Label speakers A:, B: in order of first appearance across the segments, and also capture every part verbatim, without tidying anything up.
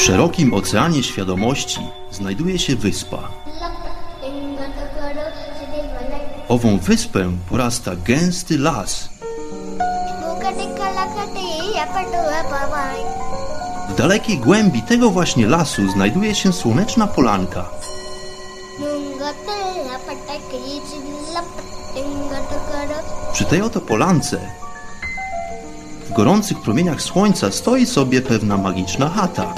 A: szerokim oceanie świadomości znajduje się wyspa. Ową wyspę porasta gęsty las. W dalekiej głębi tego właśnie lasu znajduje się słoneczna polanka. Przy tej oto polance, w gorących promieniach słońca, stoi sobie pewna magiczna chata.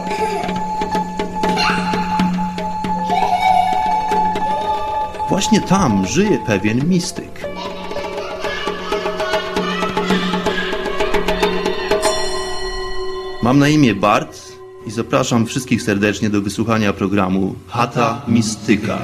A: Właśnie tam żyje pewien mistyk. Mam na imię Bart i zapraszam wszystkich serdecznie do wysłuchania programu Chata Mistyka.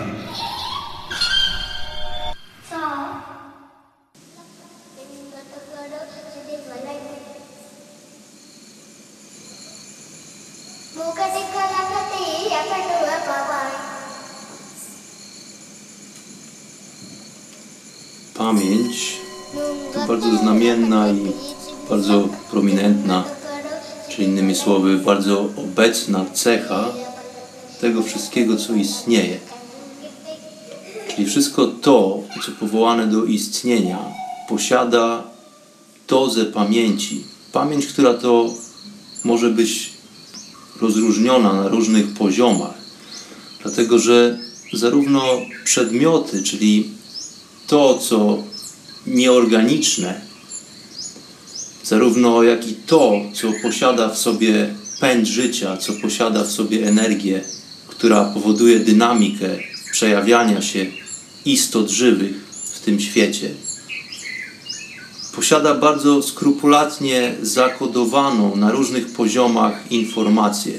A: Pamięć to bardzo znamienna i bardzo prominentna, czy innymi słowy, bardzo obecna cecha tego wszystkiego, co istnieje. Czyli wszystko to, co powołane do istnienia, posiada dozę pamięci. Pamięć, która to może być rozróżniona na różnych poziomach, dlatego że zarówno przedmioty, czyli to, co nieorganiczne, zarówno jak i to, co posiada w sobie pęd życia, co posiada w sobie energię, która powoduje dynamikę przejawiania się istot żywych w tym świecie, posiada bardzo skrupulatnie zakodowaną na różnych poziomach informację.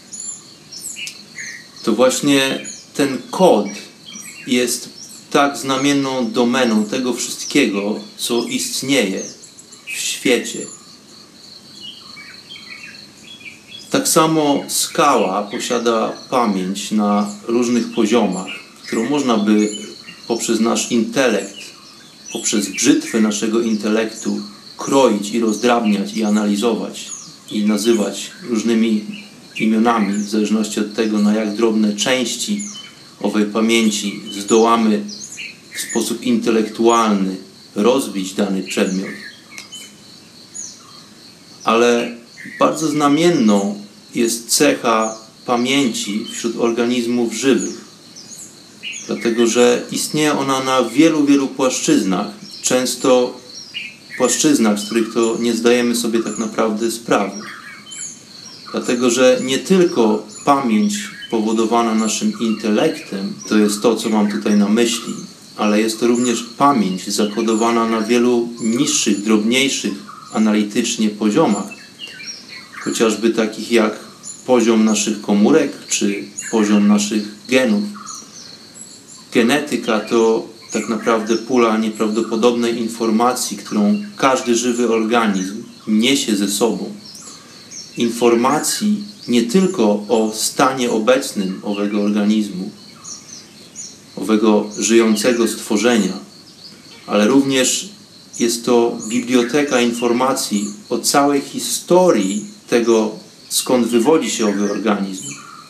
A: To właśnie ten kod jest tak znamienną domeną tego wszystkiego, co istnieje w świecie. Tak samo skała posiada pamięć na różnych poziomach, którą można by poprzez nasz intelekt, poprzez brzytwę naszego intelektu kroić i rozdrabniać i analizować i nazywać różnymi imionami, w zależności od tego, na jak drobne części owej pamięci zdołamy w sposób intelektualny rozbić dany przedmiot. Ale bardzo znamienną jest cecha pamięci wśród organizmów żywych, dlatego że istnieje ona na wielu, wielu płaszczyznach, często płaszczyznach, z których to nie zdajemy sobie tak naprawdę sprawy. Dlatego że nie tylko pamięć powodowana naszym intelektem, to jest to, co mam tutaj na myśli, ale jest to również pamięć zakodowana na wielu niższych, drobniejszych analitycznie poziomach, chociażby takich jak poziom naszych komórek czy poziom naszych genów. Genetyka to tak naprawdę pula nieprawdopodobnej informacji, którą każdy żywy organizm niesie ze sobą. Informacji nie tylko o stanie obecnym owego organizmu, owego żyjącego stworzenia, ale również jest to biblioteka informacji o całej historii tego, skąd wywodzi się owy organizm,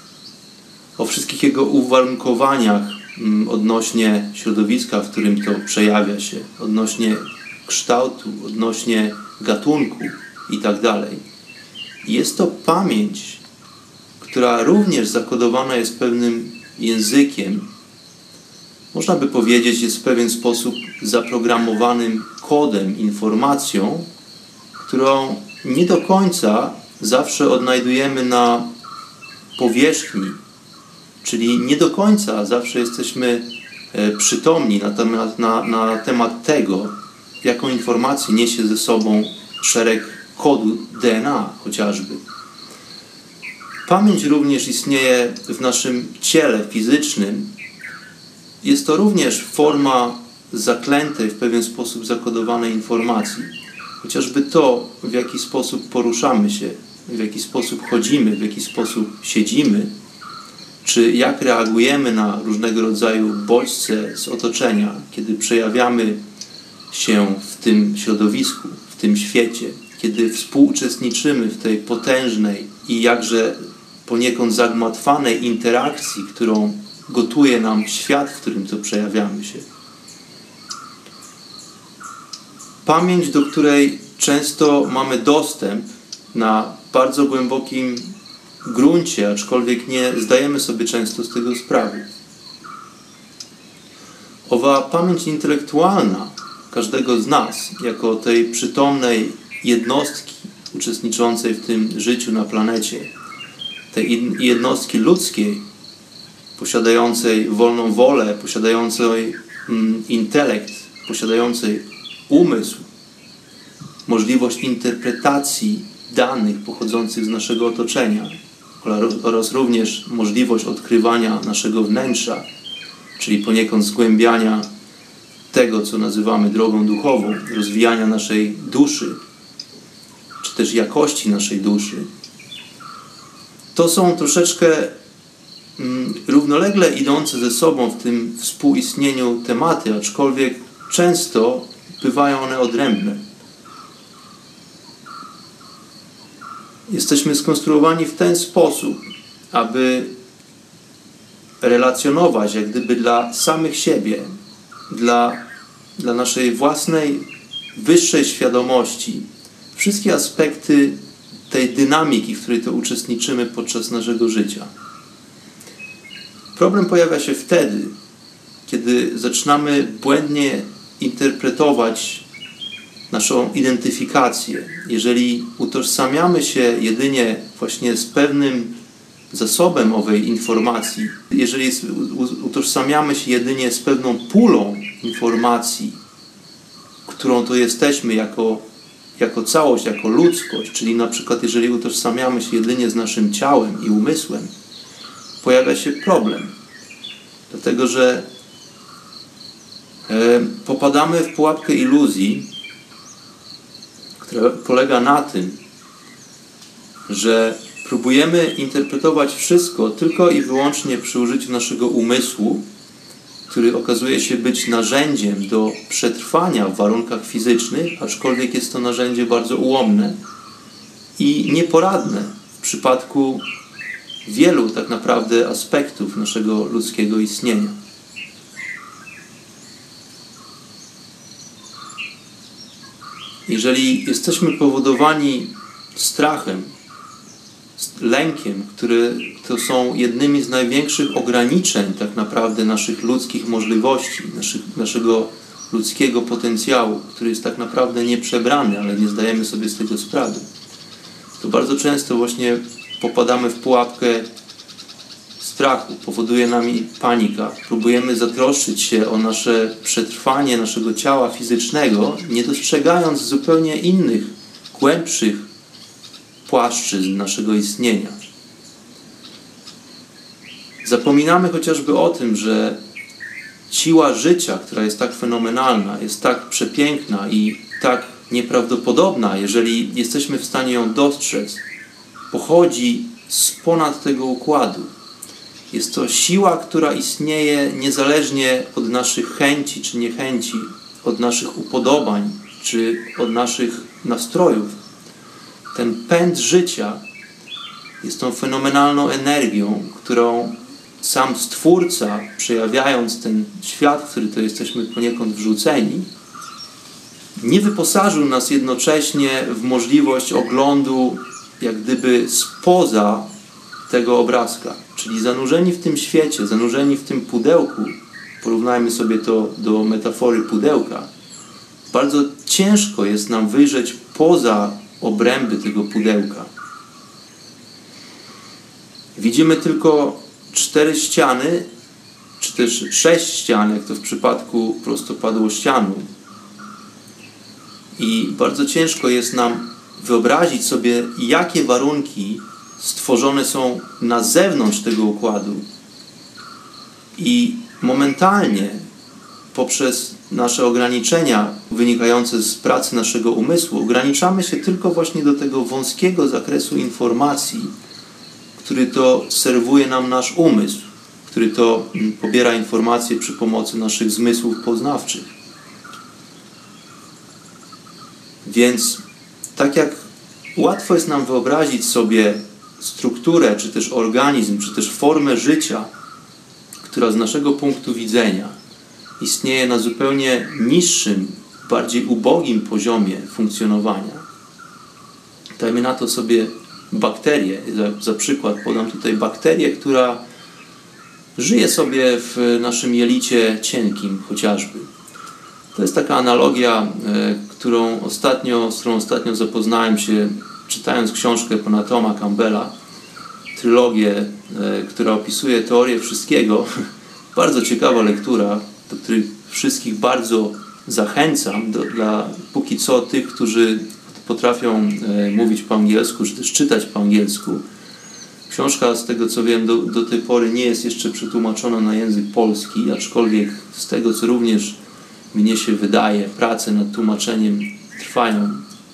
A: o wszystkich jego uwarunkowaniach odnośnie środowiska, w którym to przejawia się, odnośnie kształtu, odnośnie gatunku itd. Jest to pamięć, która również zakodowana jest pewnym językiem, można by powiedzieć, jest w pewien sposób zaprogramowanym kodem, informacją, którą nie do końca zawsze odnajdujemy na powierzchni, czyli nie do końca zawsze jesteśmy przytomni na temat, na, na temat tego, jaką informację niesie ze sobą szereg kodu D N A chociażby. Pamięć również istnieje w naszym ciele fizycznym. Jest to również forma zaklętej, w pewien sposób zakodowanej informacji. Chociażby to, w jaki sposób poruszamy się, w jaki sposób chodzimy, w jaki sposób siedzimy, czy jak reagujemy na różnego rodzaju bodźce z otoczenia, kiedy przejawiamy się w tym środowisku, w tym świecie, kiedy współuczestniczymy w tej potężnej i jakże poniekąd zagmatwanej interakcji, którą gotuje nam świat, w którym to przejawiamy się. Pamięć, do której często mamy dostęp na bardzo głębokim gruncie, aczkolwiek nie zdajemy sobie często z tego sprawy. Owa pamięć intelektualna każdego z nas, jako tej przytomnej jednostki uczestniczącej w tym życiu na planecie, tej jednostki ludzkiej, posiadającej wolną wolę, posiadającej mm, intelekt, posiadającej umysł, możliwość interpretacji danych pochodzących z naszego otoczenia oraz również możliwość odkrywania naszego wnętrza, czyli poniekąd zgłębiania tego, co nazywamy drogą duchową, rozwijania naszej duszy, czy też jakości naszej duszy. To są troszeczkę mm, równolegle idące ze sobą w tym współistnieniu tematy, aczkolwiek często bywają one odrębne. Jesteśmy skonstruowani w ten sposób, aby relacjonować jak gdyby dla samych siebie, dla, dla naszej własnej wyższej świadomości wszystkie aspekty tej dynamiki, w której to uczestniczymy podczas naszego życia. Problem pojawia się wtedy, kiedy zaczynamy błędnie interpretować naszą identyfikację. Jeżeli utożsamiamy się jedynie właśnie z pewnym zasobem owej informacji, jeżeli utożsamiamy się jedynie z pewną pulą informacji, którą to jesteśmy jako, jako całość, jako ludzkość, czyli na przykład jeżeli utożsamiamy się jedynie z naszym ciałem i umysłem, pojawia się problem. Dlatego, że e, popadamy w pułapkę iluzji, która polega na tym, że próbujemy interpretować wszystko tylko i wyłącznie przy użyciu naszego umysłu, który okazuje się być narzędziem do przetrwania w warunkach fizycznych, aczkolwiek jest to narzędzie bardzo ułomne i nieporadne w przypadku wielu tak naprawdę aspektów naszego ludzkiego istnienia. Jeżeli jesteśmy powodowani strachem, lękiem, które to są jednymi z największych ograniczeń tak naprawdę naszych ludzkich możliwości, naszych, naszego ludzkiego potencjału, który jest tak naprawdę nieprzebrany, ale nie zdajemy sobie z tego sprawy, to bardzo często właśnie popadamy w pułapkę strachu, powoduje nami panika. Próbujemy zatroszczyć się o nasze przetrwanie naszego ciała fizycznego, nie dostrzegając zupełnie innych, głębszych płaszczyzn naszego istnienia. Zapominamy chociażby o tym, że siła życia, która jest tak fenomenalna, jest tak przepiękna i tak nieprawdopodobna, jeżeli jesteśmy w stanie ją dostrzec, pochodzi z ponad tego układu. Jest to siła, która istnieje niezależnie od naszych chęci czy niechęci, od naszych upodobań czy od naszych nastrojów. Ten pęd życia jest tą fenomenalną energią, którą sam Stwórca, przejawiając ten świat, w który to jesteśmy poniekąd wrzuceni, nie wyposażył nas jednocześnie w możliwość oglądu jak gdyby spoza tego obrazka. Czyli zanurzeni w tym świecie, zanurzeni w tym pudełku, porównajmy sobie to do metafory pudełka, bardzo ciężko jest nam wyjrzeć poza obręby tego pudełka. Widzimy tylko cztery ściany, czy też sześć ścian, jak to w przypadku prostopadłościanu. I bardzo ciężko jest nam wyobrazić sobie, jakie warunki stworzone są na zewnątrz tego układu. I momentalnie poprzez nasze ograniczenia wynikające z pracy naszego umysłu ograniczamy się tylko właśnie do tego wąskiego zakresu informacji, który to serwuje nam nasz umysł, który to pobiera informacje przy pomocy naszych zmysłów poznawczych. Więc tak jak łatwo jest nam wyobrazić sobie strukturę, czy też organizm, czy też formę życia, która z naszego punktu widzenia istnieje na zupełnie niższym, bardziej ubogim poziomie funkcjonowania. Dajmy na to sobie bakterię. Za, za przykład podam tutaj bakterię, która żyje sobie w naszym jelicie cienkim chociażby. To jest taka analogia, e, którą ostatnio, z którą ostatnio zapoznałem się, czytając książkę pana Toma Campbella, trylogię, e, która opisuje teorię wszystkiego. Bardzo ciekawa lektura, do której wszystkich bardzo zachęcam, do, dla póki co tych, którzy potrafią e, mówić po angielsku, czy też czytać po angielsku. Książka, z tego co wiem, do, do tej pory nie jest jeszcze przetłumaczona na język polski, aczkolwiek z tego co również mnie się wydaje, prace nad tłumaczeniem trwają.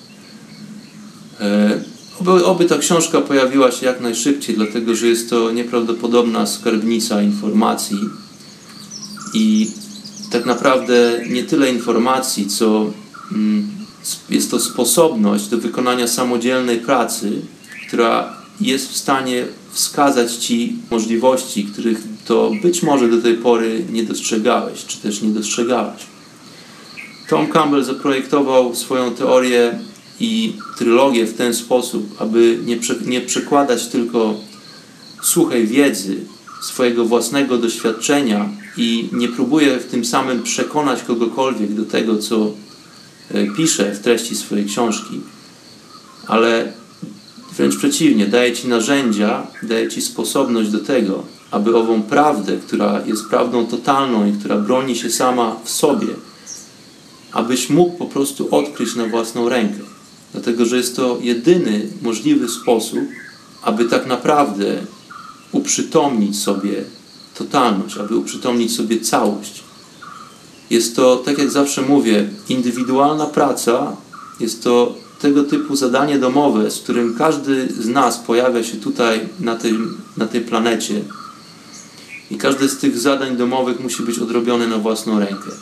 A: E, oby, oby ta książka pojawiła się jak najszybciej, dlatego że jest to nieprawdopodobna skarbnica informacji i tak naprawdę nie tyle informacji, co mm, jest to sposobność do wykonania samodzielnej pracy, która jest w stanie wskazać Ci możliwości, których to być może do tej pory nie dostrzegałeś, czy też nie dostrzegałaś. Tom Campbell zaprojektował swoją teorię i trylogię w ten sposób, aby nie, prze, nie przekładać tylko suchej wiedzy, swojego własnego doświadczenia i nie próbuje w tym samym przekonać kogokolwiek do tego, co pisze w treści swojej książki, ale wręcz przeciwnie, daje Ci narzędzia, daje Ci sposobność do tego, aby ową prawdę, która jest prawdą totalną i która broni się sama w sobie, abyś mógł po prostu odkryć na własną rękę. Dlatego, że jest to jedyny możliwy sposób, aby tak naprawdę uprzytomnić sobie totalność, aby uprzytomnić sobie całość. Jest to, tak jak zawsze mówię, indywidualna praca, jest to tego typu zadanie domowe, z którym każdy z nas pojawia się tutaj na tej, na tej planecie. I każde z tych zadań domowych musi być odrobione na własną rękę.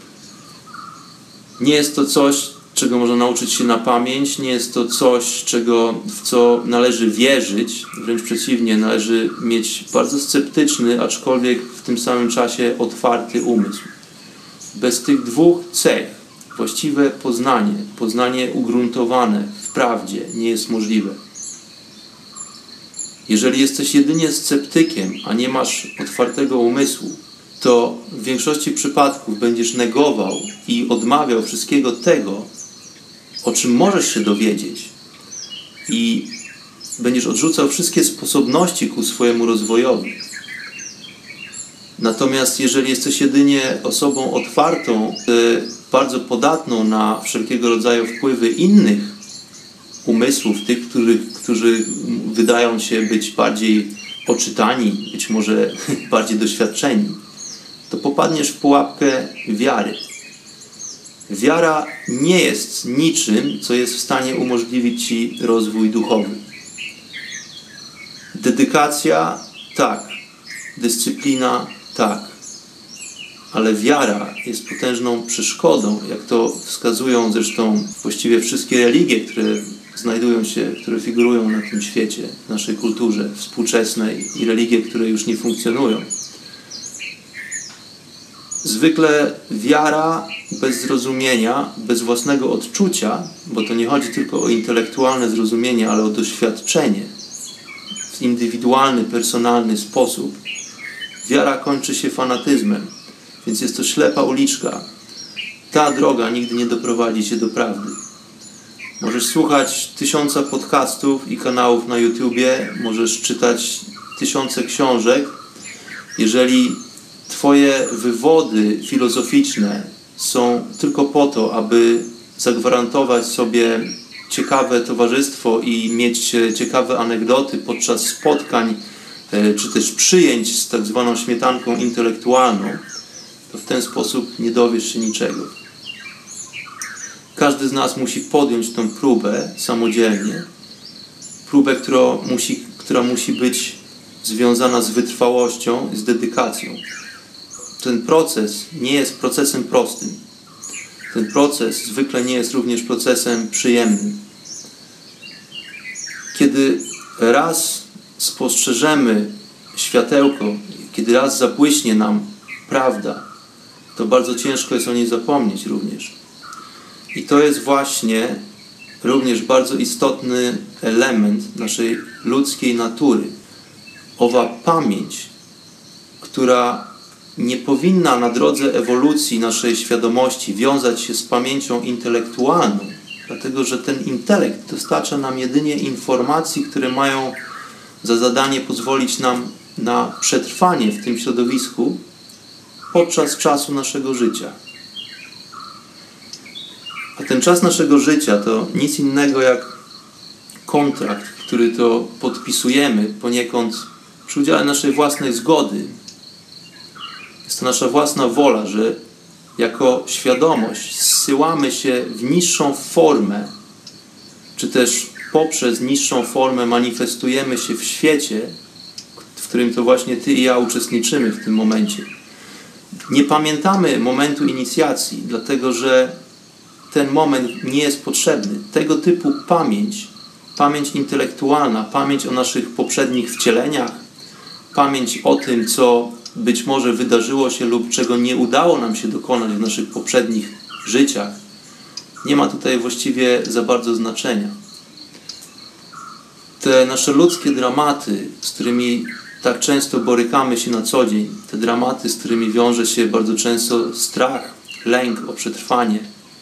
A: Nie jest to coś, czego można nauczyć się na pamięć, nie jest to coś, czego, w co należy wierzyć, wręcz przeciwnie, należy mieć bardzo sceptyczny, aczkolwiek w tym samym czasie otwarty umysł. Bez tych dwóch cech właściwe poznanie, poznanie ugruntowane w prawdzie nie jest możliwe. Jeżeli jesteś jedynie sceptykiem, a nie masz otwartego umysłu, to w większości przypadków będziesz negował i odmawiał wszystkiego tego, o czym możesz się dowiedzieć i będziesz odrzucał wszystkie sposobności ku swojemu rozwojowi. Natomiast jeżeli jesteś jedynie osobą otwartą, bardzo podatną na wszelkiego rodzaju wpływy innych umysłów, tych, których, którzy wydają się być bardziej oczytani, być może bardziej doświadczeni, to popadniesz w pułapkę wiary. Wiara nie jest niczym, co jest w stanie umożliwić Ci rozwój duchowy. Dedykacja tak, dyscyplina tak, ale wiara jest potężną przeszkodą, jak to wskazują zresztą właściwie wszystkie religie, które znajdują się, które figurują na tym świecie, w naszej kulturze współczesnej i religie, które już nie funkcjonują. Zwykle wiara bez zrozumienia, bez własnego odczucia, bo to nie chodzi tylko o intelektualne zrozumienie, ale o doświadczenie w indywidualny, personalny sposób, wiara kończy się fanatyzmem, więc jest to ślepa uliczka. Ta droga nigdy nie doprowadzi Cię do prawdy. Możesz słuchać tysiąca podcastów i kanałów na YouTubie, możesz czytać tysiące książek. Jeżeli Twoje wywody filozoficzne są tylko po to, aby zagwarantować sobie ciekawe towarzystwo i mieć ciekawe anegdoty podczas spotkań czy też przyjęć z tak zwaną śmietanką intelektualną, to w ten sposób nie dowiesz się niczego. Każdy z nas musi podjąć tę próbę samodzielnie. Próbę, która musi, która musi być związana z wytrwałością, z dedykacją. Ten proces nie jest procesem prostym. Ten proces zwykle nie jest również procesem przyjemnym. Kiedy raz spostrzeżemy światełko, kiedy raz zabłyśnie nam prawda, to bardzo ciężko jest o niej zapomnieć również. I to jest właśnie również bardzo istotny element naszej ludzkiej natury. Owa pamięć, która nie powinna na drodze ewolucji naszej świadomości wiązać się z pamięcią intelektualną, dlatego że ten intelekt dostarcza nam jedynie informacji, które mają za zadanie pozwolić nam na przetrwanie w tym środowisku podczas czasu naszego życia. A ten czas naszego życia to nic innego jak kontrakt, który to podpisujemy poniekąd przy udziale naszej własnej zgody. Jest to nasza własna wola, że jako świadomość zsyłamy się w niższą formę, czy też poprzez niższą formę manifestujemy się w świecie, w którym to właśnie Ty i ja uczestniczymy w tym momencie. Nie pamiętamy momentu inicjacji, dlatego że ten moment nie jest potrzebny. Tego typu pamięć, pamięć intelektualna, pamięć o naszych poprzednich wcieleniach, pamięć o tym, co być może wydarzyło się lub czego nie udało nam się dokonać w naszych poprzednich życiach, nie ma tutaj właściwie za bardzo znaczenia. Te nasze ludzkie dramaty, z którymi tak często borykamy się na co dzień, te dramaty, z którymi wiąże się bardzo często strach, lęk o przetrwanie,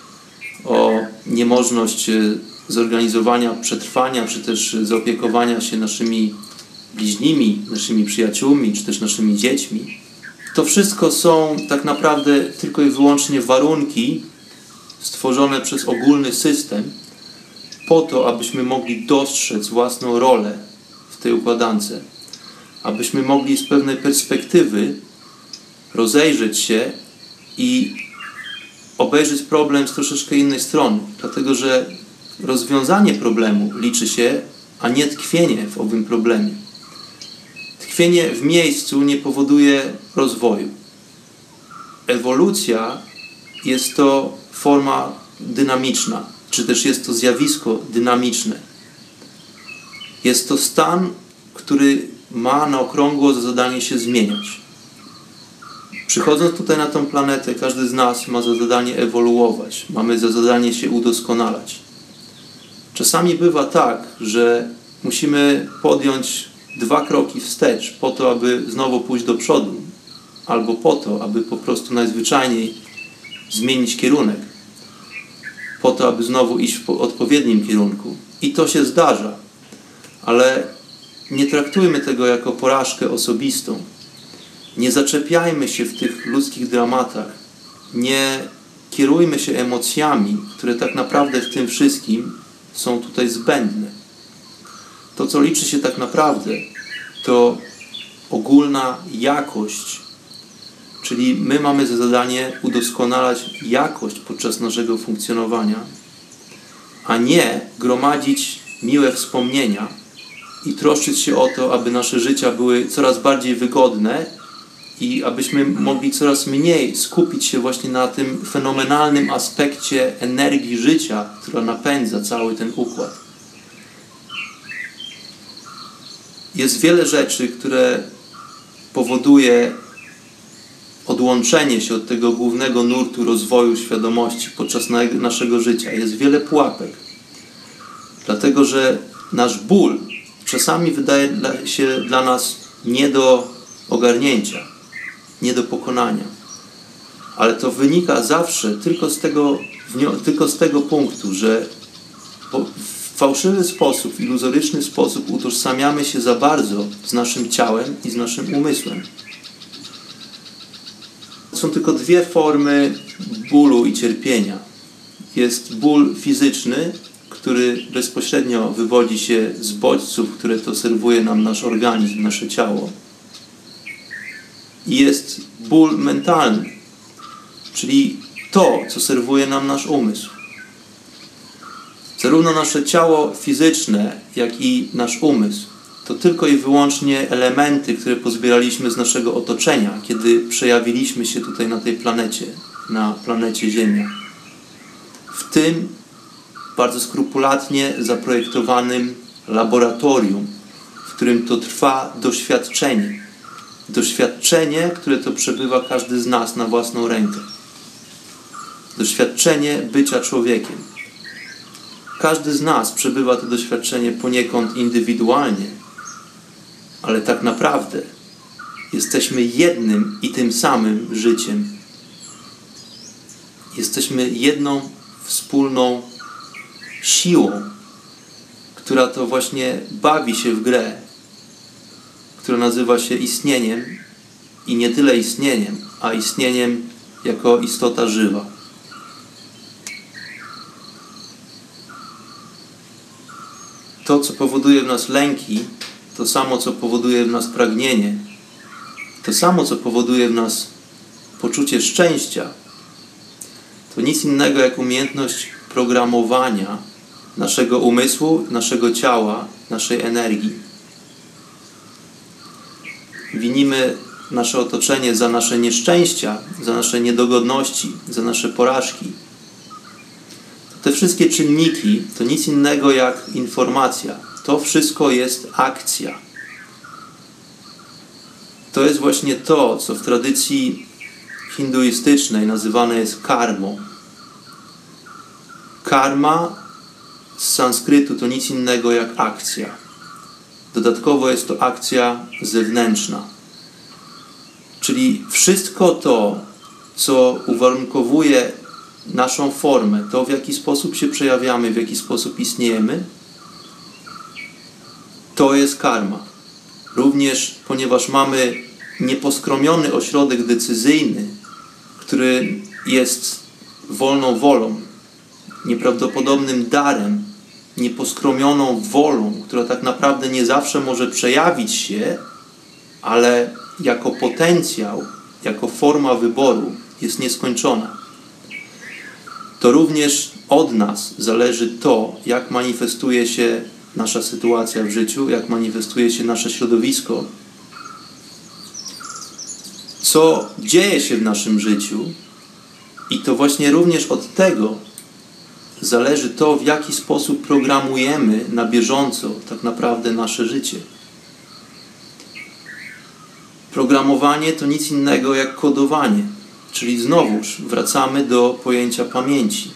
A: o niemożność zorganizowania przetrwania, czy też zaopiekowania się naszymi bliźnimi, naszymi przyjaciółmi, czy też naszymi dziećmi. To wszystko są tak naprawdę tylko i wyłącznie warunki stworzone przez ogólny system po to, abyśmy mogli dostrzec własną rolę w tej układance, abyśmy mogli z pewnej perspektywy rozejrzeć się i obejrzeć problem z troszeczkę innej strony, dlatego że rozwiązanie problemu liczy się, a nie tkwienie w owym problemie. Tkwienie w miejscu nie powoduje rozwoju. Ewolucja jest to forma dynamiczna, czy też jest to zjawisko dynamiczne. Jest to stan, który ma na okrągło za zadanie się zmieniać. Przychodząc tutaj na tę planetę, każdy z nas ma za zadanie ewoluować, mamy za zadanie się udoskonalać. Czasami bywa tak, że musimy podjąć dwa kroki wstecz po to, aby znowu pójść do przodu, albo po to, aby po prostu najzwyczajniej zmienić kierunek, po to, aby znowu iść w odpowiednim kierunku. I to się zdarza, ale nie traktujmy tego jako porażkę osobistą. Nie zaczepiajmy się w tych ludzkich dramatach. Nie kierujmy się emocjami, które tak naprawdę w tym wszystkim są tutaj zbędne. To, co liczy się tak naprawdę, to ogólna jakość. Czyli my mamy za zadanie udoskonalać jakość podczas naszego funkcjonowania, a nie gromadzić miłe wspomnienia i troszczyć się o to, aby nasze życia były coraz bardziej wygodne i abyśmy mogli coraz mniej skupić się właśnie na tym fenomenalnym aspekcie energii życia, która napędza cały ten układ. Jest wiele rzeczy, które powoduje odłączenie się od tego głównego nurtu rozwoju świadomości podczas naszego życia. Jest wiele pułapek. Dlatego, że nasz ból czasami wydaje się dla nas nie do ogarnięcia, nie do pokonania. Ale to wynika zawsze tylko z tego, tylko z tego punktu, że w fałszywy sposób, w iluzoryczny sposób utożsamiamy się za bardzo z naszym ciałem i z naszym umysłem. Są tylko dwie formy bólu i cierpienia. Jest ból fizyczny, który bezpośrednio wywodzi się z bodźców, które to serwuje nam nasz organizm, nasze ciało. I jest ból mentalny, czyli to, co serwuje nam nasz umysł. Zarówno nasze ciało fizyczne, jak i nasz umysł to tylko i wyłącznie elementy, które pozbieraliśmy z naszego otoczenia, kiedy przejawiliśmy się tutaj na tej planecie, na planecie Ziemia. W tym bardzo skrupulatnie zaprojektowanym laboratorium, w którym to trwa doświadczenie. Doświadczenie, które to przebywa każdy z nas na własną rękę. Doświadczenie bycia człowiekiem. Każdy z nas przebywa to doświadczenie poniekąd indywidualnie, ale tak naprawdę jesteśmy jednym i tym samym życiem. Jesteśmy jedną wspólną siłą, która to właśnie bawi się w grę, która nazywa się istnieniem i nie tyle istnieniem, a istnieniem jako istota żywa. To, co powoduje w nas lęki, to samo, co powoduje w nas pragnienie, to samo, co powoduje w nas poczucie szczęścia, to nic innego jak umiejętność programowania naszego umysłu, naszego ciała, naszej energii. Winimy nasze otoczenie za nasze nieszczęścia, za nasze niedogodności, za nasze porażki. Te wszystkie czynniki to nic innego jak informacja. To wszystko jest akcja. To jest właśnie to, co w tradycji hinduistycznej nazywane jest karmą. Karma z sanskrytu to nic innego jak akcja. Dodatkowo jest to akcja zewnętrzna. Czyli wszystko to, co uwarunkowuje naszą formę, to w jaki sposób się przejawiamy, w jaki sposób istniejemy, to jest karma. Również ponieważ mamy nieposkromiony ośrodek decyzyjny, który jest wolną wolą, nieprawdopodobnym darem, nieposkromioną wolą, która tak naprawdę nie zawsze może przejawić się, ale jako potencjał, jako forma wyboru jest nieskończona. To również od nas zależy to, jak manifestuje się nasza sytuacja w życiu, jak manifestuje się nasze środowisko, co dzieje się w naszym życiu, i to właśnie również od tego zależy to, w jaki sposób programujemy na bieżąco tak naprawdę nasze życie. Programowanie to nic innego jak kodowanie, czyli znowuż wracamy do pojęcia pamięci.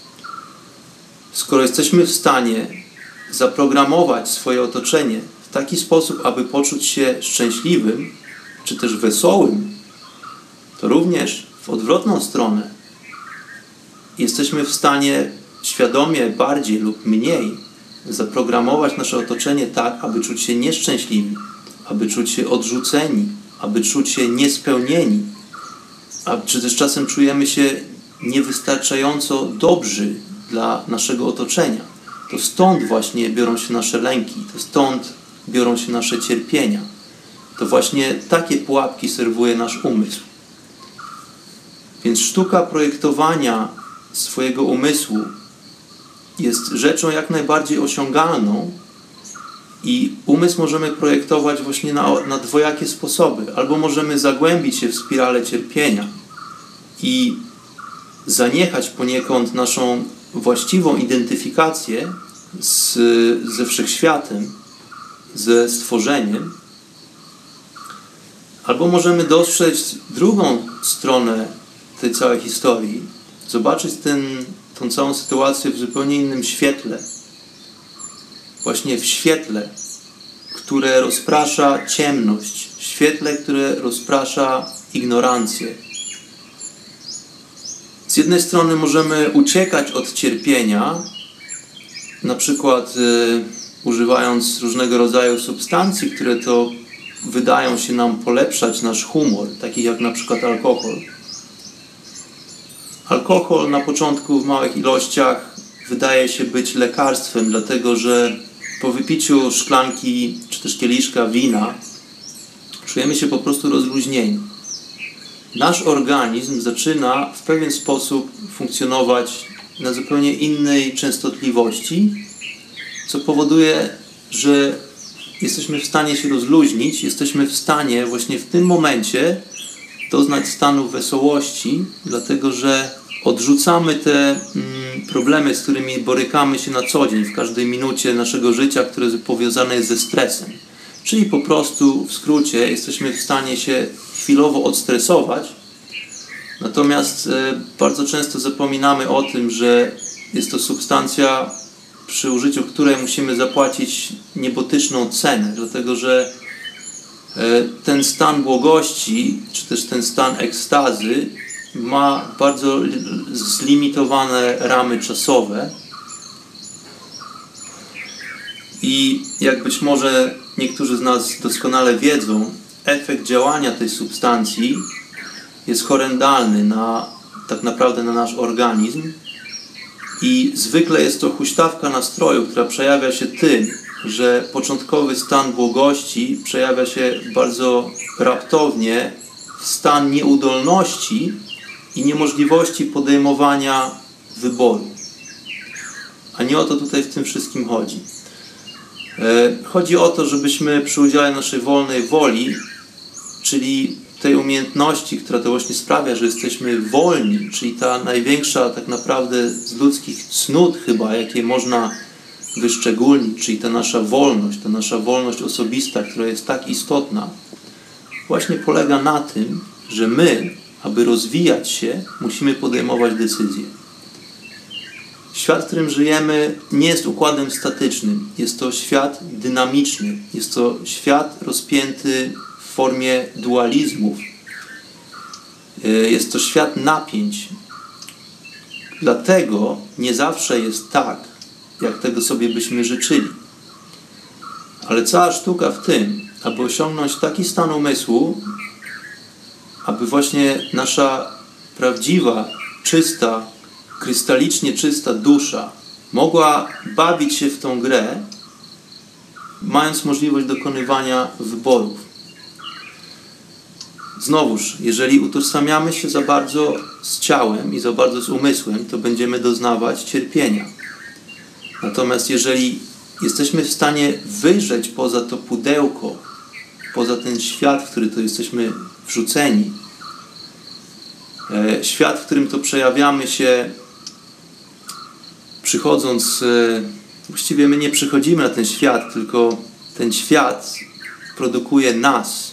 A: Skoro jesteśmy w stanie zaprogramować swoje otoczenie w taki sposób, aby poczuć się szczęśliwym, czy też wesołym, to również w odwrotną stronę jesteśmy w stanie świadomie bardziej lub mniej zaprogramować nasze otoczenie tak, aby czuć się nieszczęśliwi, aby czuć się odrzuceni, aby czuć się niespełnieni, a czy też czasem czujemy się niewystarczająco dobrzy dla naszego otoczenia. To stąd właśnie biorą się nasze lęki, to stąd biorą się nasze cierpienia. To właśnie takie pułapki serwuje nasz umysł. Więc sztuka projektowania swojego umysłu jest rzeczą jak najbardziej osiągalną i umysł możemy projektować właśnie na, na dwojakie sposoby. Albo możemy zagłębić się w spirale cierpienia i zaniechać poniekąd naszą właściwą identyfikację z, ze wszechświatem, ze stworzeniem, albo możemy dostrzec drugą stronę tej całej historii, zobaczyć ten, tą całą sytuację w zupełnie innym świetle. Właśnie w świetle, które rozprasza ciemność, w świetle, które rozprasza ignorancję. Z jednej strony możemy uciekać od cierpienia, na przykład y, używając różnego rodzaju substancji, które to wydają się nam polepszać nasz humor, takich jak na przykład alkohol. Alkohol na początku w małych ilościach wydaje się być lekarstwem, dlatego że po wypiciu szklanki czy też kieliszka wina czujemy się po prostu rozluźnieni. Nasz organizm zaczyna w pewien sposób funkcjonować na zupełnie innej częstotliwości, co powoduje, że jesteśmy w stanie się rozluźnić, jesteśmy w stanie właśnie w tym momencie doznać stanu wesołości, dlatego że odrzucamy te mm, problemy, z którymi borykamy się na co dzień, w każdej minucie naszego życia, które powiązane jest ze stresem. Czyli po prostu w skrócie jesteśmy w stanie się chwilowo odstresować. Natomiast bardzo często zapominamy o tym, że jest to substancja, przy użyciu której musimy zapłacić niebotyczną cenę, dlatego że ten stan błogości, czy też ten stan ekstazy ma bardzo zlimitowane ramy czasowe i jak być może niektórzy z nas doskonale wiedzą, efekt działania tej substancji jest horrendalny na, tak naprawdę na nasz organizm i zwykle jest to huśtawka nastroju, która przejawia się tym, że początkowy stan błogości przejawia się bardzo raptownie w stan nieudolności i niemożliwości podejmowania wyboru. A nie o to tutaj w tym wszystkim chodzi. Chodzi o to, żebyśmy przy udziale naszej wolnej woli, czyli tej umiejętności, która to właśnie sprawia, że jesteśmy wolni, czyli ta największa tak naprawdę z ludzkich cnót chyba, jakie można wyszczególnić, czyli ta nasza wolność, ta nasza wolność osobista, która jest tak istotna, właśnie polega na tym, że my, aby rozwijać się, musimy podejmować decyzje. Świat, w którym żyjemy, nie jest układem statycznym. Jest to świat dynamiczny. Jest to świat rozpięty w formie dualizmów. Jest to świat napięć. Dlatego nie zawsze jest tak, jak tego sobie byśmy życzyli. Ale cała sztuka w tym, aby osiągnąć taki stan umysłu, aby właśnie nasza prawdziwa, czysta, krystalicznie czysta dusza mogła bawić się w tą grę, mając możliwość dokonywania wyborów. Znowuż, jeżeli utożsamiamy się za bardzo z ciałem i za bardzo z umysłem, to będziemy doznawać cierpienia. Natomiast jeżeli jesteśmy w stanie wyjrzeć poza to pudełko, poza ten świat, w który to jesteśmy wrzuceni, świat, w którym to przejawiamy się przychodząc, właściwie my nie przychodzimy na ten świat, tylko ten świat produkuje nas.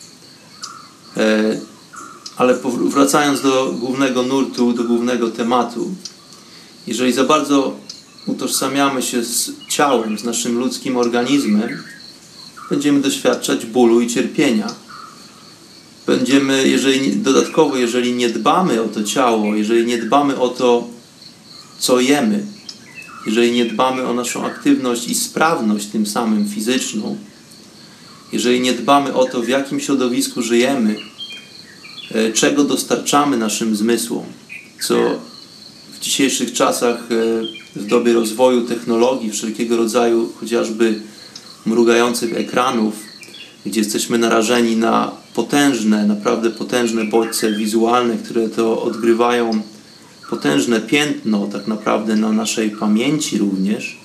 A: Ale wracając do głównego nurtu, do głównego tematu, jeżeli za bardzo utożsamiamy się z ciałem, z naszym ludzkim organizmem, będziemy doświadczać bólu i cierpienia. Będziemy, jeżeli, dodatkowo, jeżeli nie dbamy o to ciało, jeżeli nie dbamy o to, co jemy, jeżeli nie dbamy o naszą aktywność i sprawność tym samym fizyczną, jeżeli nie dbamy o to, w jakim środowisku żyjemy, czego dostarczamy naszym zmysłom, co w dzisiejszych czasach, w dobie rozwoju technologii, wszelkiego rodzaju chociażby mrugających ekranów, gdzie jesteśmy narażeni na potężne, naprawdę potężne bodźce wizualne, które to odgrywają potężne piętno tak naprawdę na naszej pamięci również,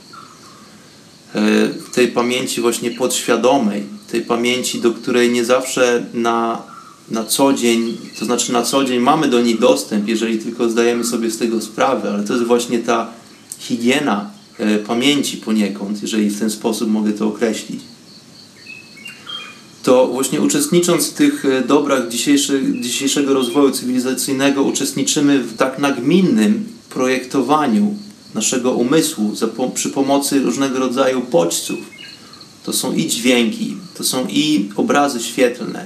A: tej pamięci właśnie podświadomej, tej pamięci, do której nie zawsze na, na co dzień, to znaczy na co dzień mamy do niej dostęp, jeżeli tylko zdajemy sobie z tego sprawę, ale to jest właśnie ta higiena pamięci poniekąd, jeżeli w ten sposób mogę to określić. To właśnie uczestnicząc w tych dobrach dzisiejszych, dzisiejszego rozwoju cywilizacyjnego uczestniczymy w tak nagminnym projektowaniu naszego umysłu za, przy pomocy różnego rodzaju bodźców. To są i dźwięki, to są i obrazy świetlne.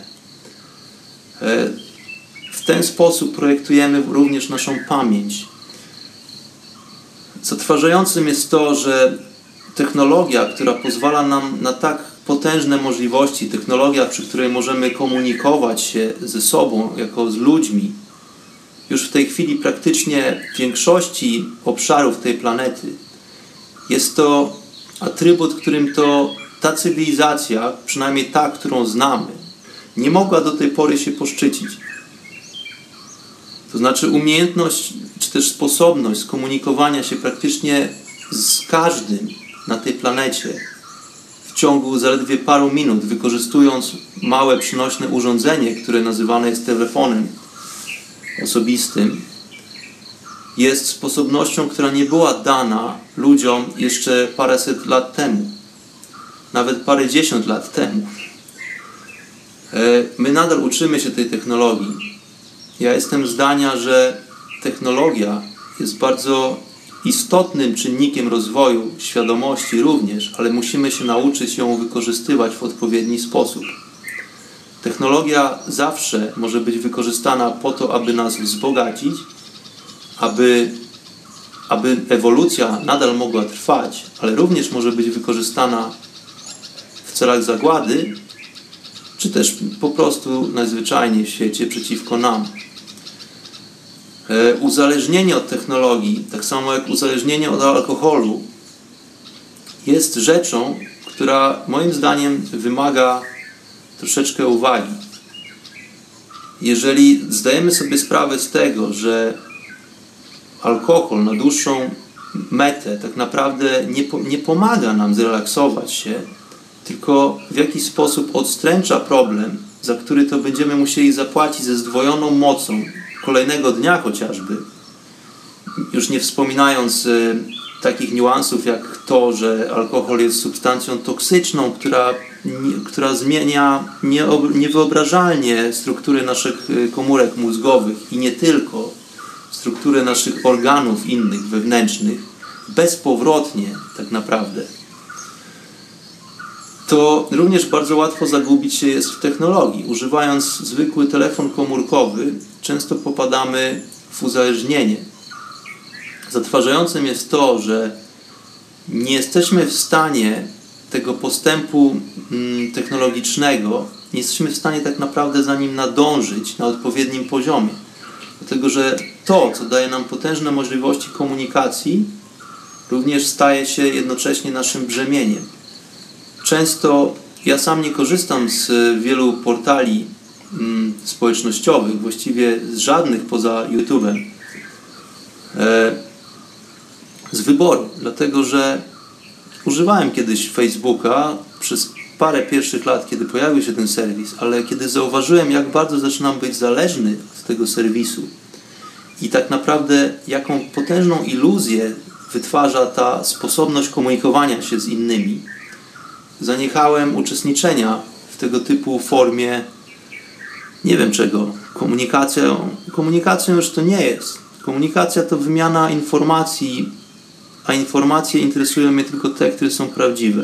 A: W ten sposób projektujemy również naszą pamięć. Zatrważającym jest to, że technologia, która pozwala nam na tak potężne możliwości, technologia, przy której możemy komunikować się ze sobą, jako z ludźmi, już w tej chwili praktycznie w większości obszarów tej planety jest to atrybut, którym to ta cywilizacja, przynajmniej ta, którą znamy, nie mogła do tej pory się poszczycić. To znaczy umiejętność, czy też sposobność skomunikowania się praktycznie z każdym na tej planecie w ciągu zaledwie paru minut, wykorzystując małe, przynośne urządzenie, które nazywane jest telefonem osobistym, jest sposobnością, która nie była dana ludziom jeszcze paręset lat temu. nawet parędziesiąt lat temu. My nadal uczymy się tej technologii. Ja jestem zdania, że technologia jest bardzo istotnym czynnikiem rozwoju świadomości również, ale musimy się nauczyć ją wykorzystywać w odpowiedni sposób. Technologia zawsze może być wykorzystana po to, aby nas wzbogacić, aby, aby ewolucja nadal mogła trwać, ale również może być wykorzystana w celach zagłady, czy też po prostu najzwyczajniej w świecie przeciwko nam. Uzależnienie od technologii, tak samo jak uzależnienie od alkoholu, jest rzeczą, która moim zdaniem wymaga troszeczkę uwagi. Jeżeli zdajemy sobie sprawę z tego, że alkohol na dłuższą metę tak naprawdę nie, po, nie pomaga nam zrelaksować się, tylko w jakiś sposób odstręcza problem, za który to będziemy musieli zapłacić ze zdwojoną mocą kolejnego dnia chociażby, już nie wspominając y, takich niuansów jak to, że alkohol jest substancją toksyczną, która, nie, która zmienia nie, niewyobrażalnie struktury naszych komórek mózgowych i nie tylko, strukturę naszych organów innych, wewnętrznych, bezpowrotnie tak naprawdę. To również bardzo łatwo zagubić się jest w technologii. Używając zwykły telefon komórkowy, często popadamy w uzależnienie. Zatrważającym jest to, że nie jesteśmy w stanie tego postępu technologicznego, nie jesteśmy w stanie tak naprawdę za nim nadążyć na odpowiednim poziomie. Dlatego, że to, co daje nam potężne możliwości komunikacji, również staje się jednocześnie naszym brzemieniem. Często ja sam nie korzystam z wielu portali mm, społecznościowych, właściwie z żadnych poza YouTube'em, e, z wyboru, dlatego że używałem kiedyś Facebooka przez parę pierwszych lat, kiedy pojawił się ten serwis, ale kiedy zauważyłem, jak bardzo zaczynam być zależny od tego serwisu i tak naprawdę jaką potężną iluzję wytwarza ta sposobność komunikowania się z innymi, zaniechałem uczestniczenia w tego typu formie, nie wiem czego, komunikacją. Komunikacją już to nie jest. Komunikacja to wymiana informacji, a informacje interesują mnie tylko te, które są prawdziwe.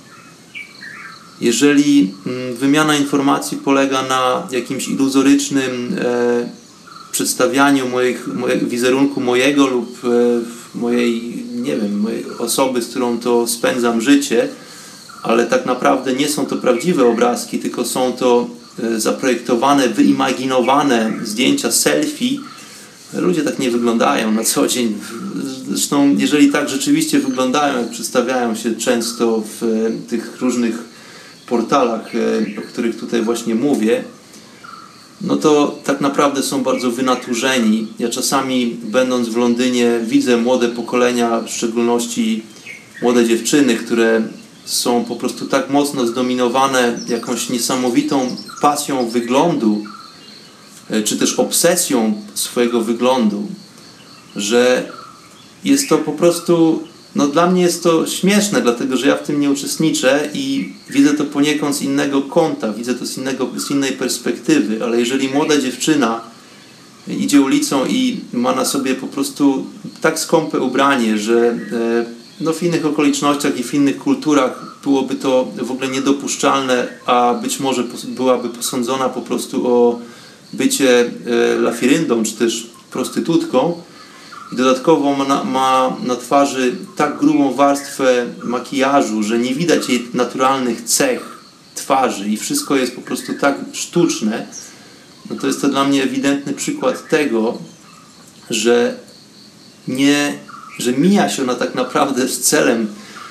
A: Jeżeli wymiana informacji polega na jakimś iluzorycznym e, przedstawianiu moich, moich, wizerunku mojego lub e, mojej, nie wiem, mojej osoby, z którą to spędzam życie, ale tak naprawdę nie są to prawdziwe obrazki, tylko są to zaprojektowane, wyimaginowane zdjęcia selfie. Ludzie tak nie wyglądają na co dzień. Zresztą jeżeli tak rzeczywiście wyglądają, jak przedstawiają się często w tych różnych portalach, o których tutaj właśnie mówię, no to tak naprawdę są bardzo wynaturzeni. Ja czasami, będąc w Londynie, widzę młode pokolenia, w szczególności młode dziewczyny, które są po prostu tak mocno zdominowane jakąś niesamowitą pasją wyglądu, czy też obsesją swojego wyglądu, że jest to po prostu, no dla mnie jest to śmieszne, dlatego że ja w tym nie uczestniczę i widzę to poniekąd z innego kąta, widzę to z, innego, z innej perspektywy, ale jeżeli młoda dziewczyna idzie ulicą i ma na sobie po prostu tak skąpe ubranie, że no w innych okolicznościach i w innych kulturach byłoby to w ogóle niedopuszczalne, a być może byłaby posądzona po prostu o bycie lafiryndą czy też prostytutką i dodatkowo ma na, ma na twarzy tak grubą warstwę makijażu, że nie widać jej naturalnych cech twarzy i wszystko jest po prostu tak sztuczne, no to jest to dla mnie ewidentny przykład tego, że nie że mija się ona tak naprawdę z celem,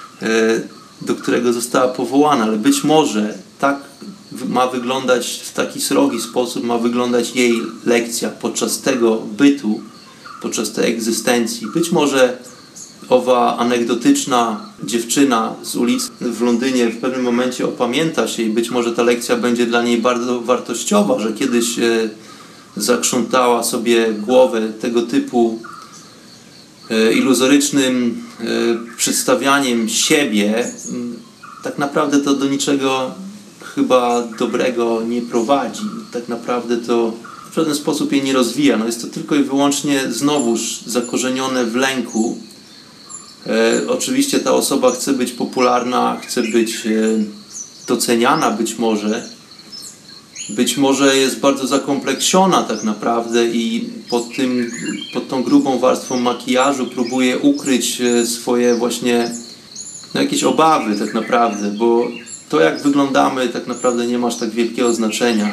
A: do którego została powołana, ale być może tak ma wyglądać, w taki srogi sposób ma wyglądać jej lekcja podczas tego bytu, podczas tej egzystencji. Być może owa anegdotyczna dziewczyna z ulicy w Londynie w pewnym momencie opamięta się i być może ta lekcja będzie dla niej bardzo wartościowa, że kiedyś zakrzątała sobie głowę tego typu iluzorycznym przedstawianiem siebie tak naprawdę to do niczego chyba dobrego nie prowadzi. Tak naprawdę to w żaden sposób jej nie rozwija. No jest to tylko i wyłącznie znowuż zakorzenione w lęku. E, oczywiście ta osoba chce być popularna, chce być e, doceniana być może. Być może jest bardzo zakompleksiona tak naprawdę i pod, tym, pod tą grubą warstwą makijażu próbuje ukryć swoje właśnie no, jakieś obawy tak naprawdę, bo to jak wyglądamy tak naprawdę nie ma aż tak wielkiego znaczenia.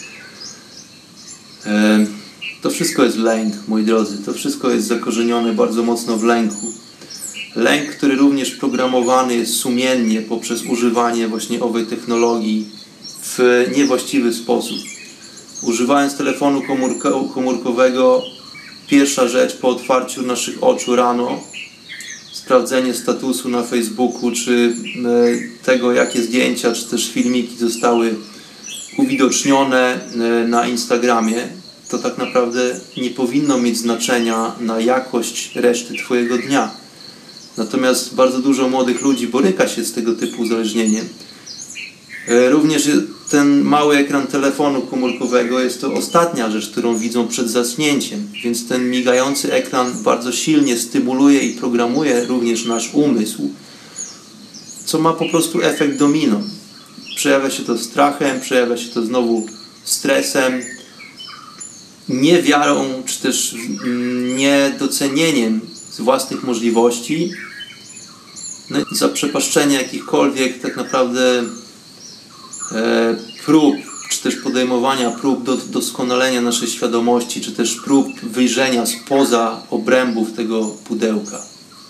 A: To wszystko jest lęk, moi drodzy, to wszystko jest zakorzenione bardzo mocno w lęku. Lęk, który również programowany jest sumiennie poprzez używanie właśnie owej technologii w niewłaściwy sposób. Używając telefonu komórko- komórkowego, pierwsza rzecz po otwarciu naszych oczu rano, sprawdzenie statusu na Facebooku, czy tego, jakie zdjęcia, czy też filmiki zostały uwidocznione na Instagramie, to tak naprawdę nie powinno mieć znaczenia na jakość reszty Twojego dnia. Natomiast bardzo dużo młodych ludzi boryka się z tego typu uzależnieniem. Również ten mały ekran telefonu komórkowego jest to ostatnia rzecz, którą widzą przed zasnięciem, więc ten migający ekran bardzo silnie stymuluje i programuje również nasz umysł, co ma po prostu efekt domino. Przejawia się to strachem, przejawia się to znowu stresem, niewiarą, czy też niedocenieniem własnych możliwości, no i zaprzepaszczenie jakichkolwiek tak naprawdę e, prób, czy też podejmowania prób do doskonalenia naszej świadomości, czy też prób wyjrzenia spoza obrębów tego pudełka.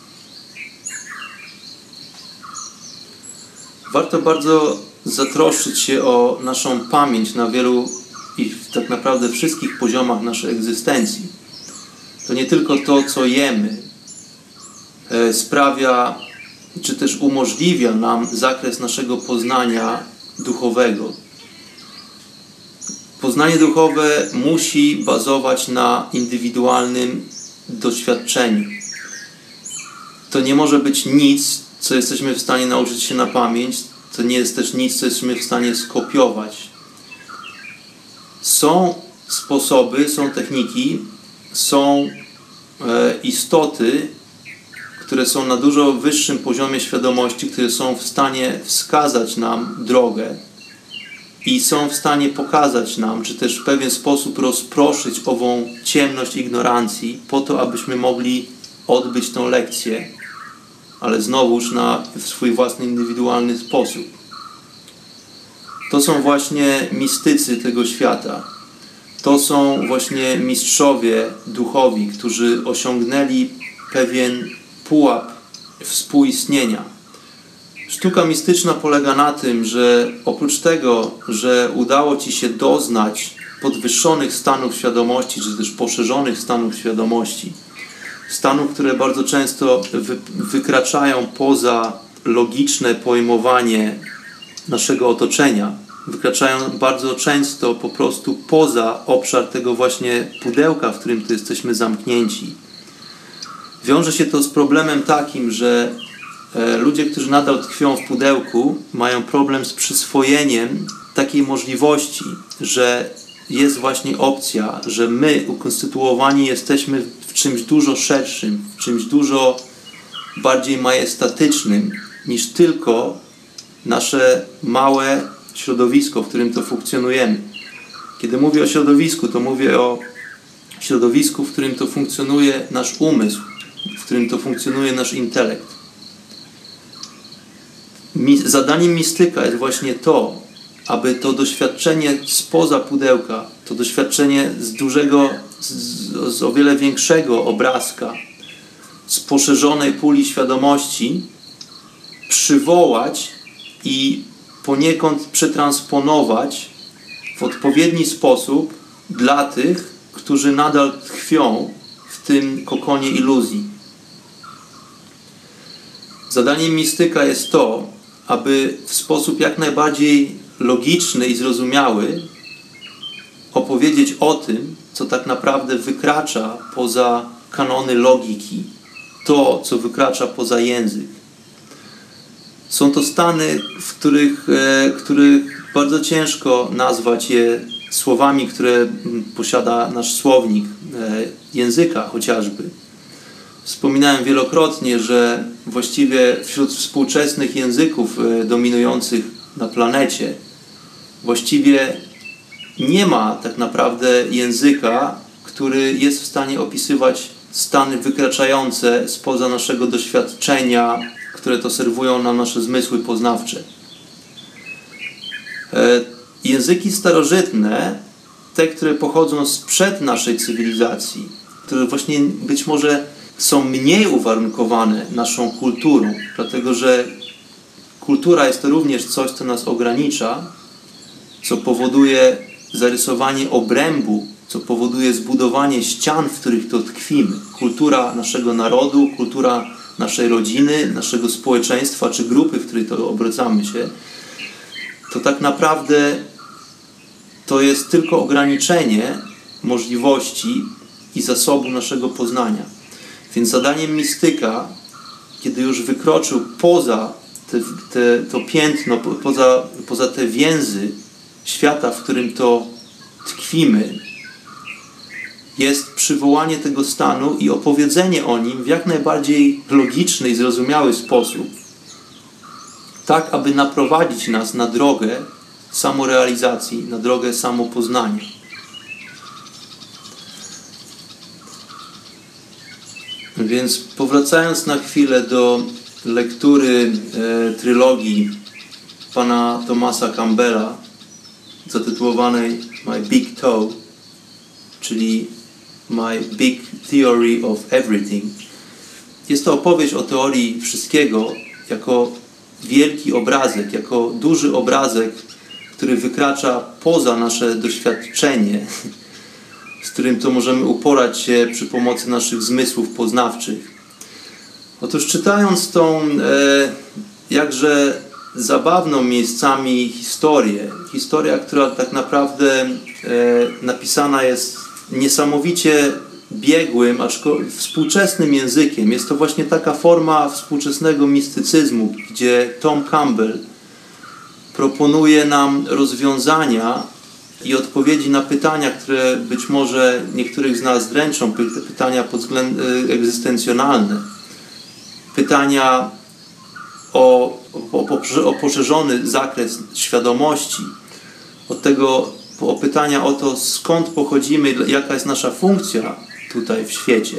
A: Warto bardzo zatroszczyć się o naszą pamięć na wielu i tak naprawdę wszystkich poziomach naszej egzystencji. To nie tylko to, co jemy, e, sprawia, czy też umożliwia nam zakres naszego poznania duchowego. Poznanie duchowe musi bazować na indywidualnym doświadczeniu. To nie może być nic, co jesteśmy w stanie nauczyć się na pamięć. To nie jest też nic, co jesteśmy w stanie skopiować. Są sposoby, są techniki, są e, istoty, które są na dużo wyższym poziomie świadomości, które są w stanie wskazać nam drogę i są w stanie pokazać nam, czy też w pewien sposób rozproszyć ową ciemność ignorancji po to, abyśmy mogli odbyć tą lekcję, ale znowuż na w swój własny, indywidualny sposób. To są właśnie mistycy tego świata. To są właśnie mistrzowie duchowi, którzy osiągnęli pewien pułap współistnienia. Sztuka mistyczna polega na tym, że oprócz tego, że udało Ci się doznać podwyższonych stanów świadomości, czy też poszerzonych stanów świadomości, stanów, które bardzo często wy, wykraczają poza logiczne pojmowanie naszego otoczenia, wykraczają bardzo często po prostu poza obszar tego właśnie pudełka, w którym tu jesteśmy zamknięci. Wiąże się to z problemem takim, że ludzie, którzy nadal tkwią w pudełku, mają problem z przyswojeniem takiej możliwości, że jest właśnie opcja, że my ukonstytuowani jesteśmy w czymś dużo szerszym, w czymś dużo bardziej majestatycznym niż tylko nasze małe środowisko, w którym to funkcjonujemy. Kiedy mówię o środowisku, to mówię o środowisku, w którym to funkcjonuje nasz umysł, w którym to funkcjonuje nasz intelekt. Zadaniem mistyka jest właśnie to, aby to doświadczenie spoza pudełka, to doświadczenie z dużego, z, z o wiele większego obrazka, z poszerzonej puli świadomości, przywołać i poniekąd przetransponować w odpowiedni sposób dla tych, którzy nadal tkwią w tym kokonie iluzji. Zadaniem mistyka jest to, aby w sposób jak najbardziej logiczny i zrozumiały opowiedzieć o tym, co tak naprawdę wykracza poza kanony logiki, to, co wykracza poza język. Są to stany, w których, e, których bardzo ciężko nazwać je słowami, które posiada nasz słownik e, języka chociażby. Wspominałem wielokrotnie, że właściwie wśród współczesnych języków e, dominujących na planecie właściwie nie ma tak naprawdę języka, który jest w stanie opisywać stany wykraczające spoza naszego doświadczenia, które to serwują nam nasze zmysły poznawcze. E, języki starożytne, te, które pochodzą sprzed naszej cywilizacji, które właśnie być może są mniej uwarunkowane naszą kulturą, dlatego że kultura jest to również coś, co nas ogranicza, co powoduje zarysowanie obrębu, co powoduje zbudowanie ścian, w których to tkwimy. Kultura naszego narodu, kultura naszej rodziny, naszego społeczeństwa czy grupy, w której to obracamy się, to tak naprawdę to jest tylko ograniczenie możliwości i zasobu naszego poznania. Więc zadaniem mistyka, kiedy już wykroczył poza te, te, to piętno, poza, poza te więzy świata, w którym to tkwimy, jest przywołanie tego stanu i opowiedzenie o nim w jak najbardziej logiczny i zrozumiały sposób, tak aby naprowadzić nas na drogę samorealizacji, na drogę samopoznania. Więc powracając na chwilę do lektury e, trylogii pana Thomasa Campbella zatytułowanej My Big Toe, czyli My Big Theory of Everything. Jest to opowieść o teorii wszystkiego jako wielki obrazek, jako duży obrazek, który wykracza poza nasze doświadczenie, z którym to możemy uporać się przy pomocy naszych zmysłów poznawczych. Otóż czytając tą e, jakże zabawną miejscami historię, historia, która tak naprawdę e, napisana jest niesamowicie biegłym, aczkolwiek współczesnym językiem. Jest to właśnie taka forma współczesnego mistycyzmu, gdzie Tom Campbell proponuje nam rozwiązania i odpowiedzi na pytania, które być może niektórych z nas dręczą, pytania pod względem egzystencjonalne, pytania o, o, o poszerzony zakres świadomości, od tego o pytania o to, skąd pochodzimy, jaka jest nasza funkcja tutaj w świecie.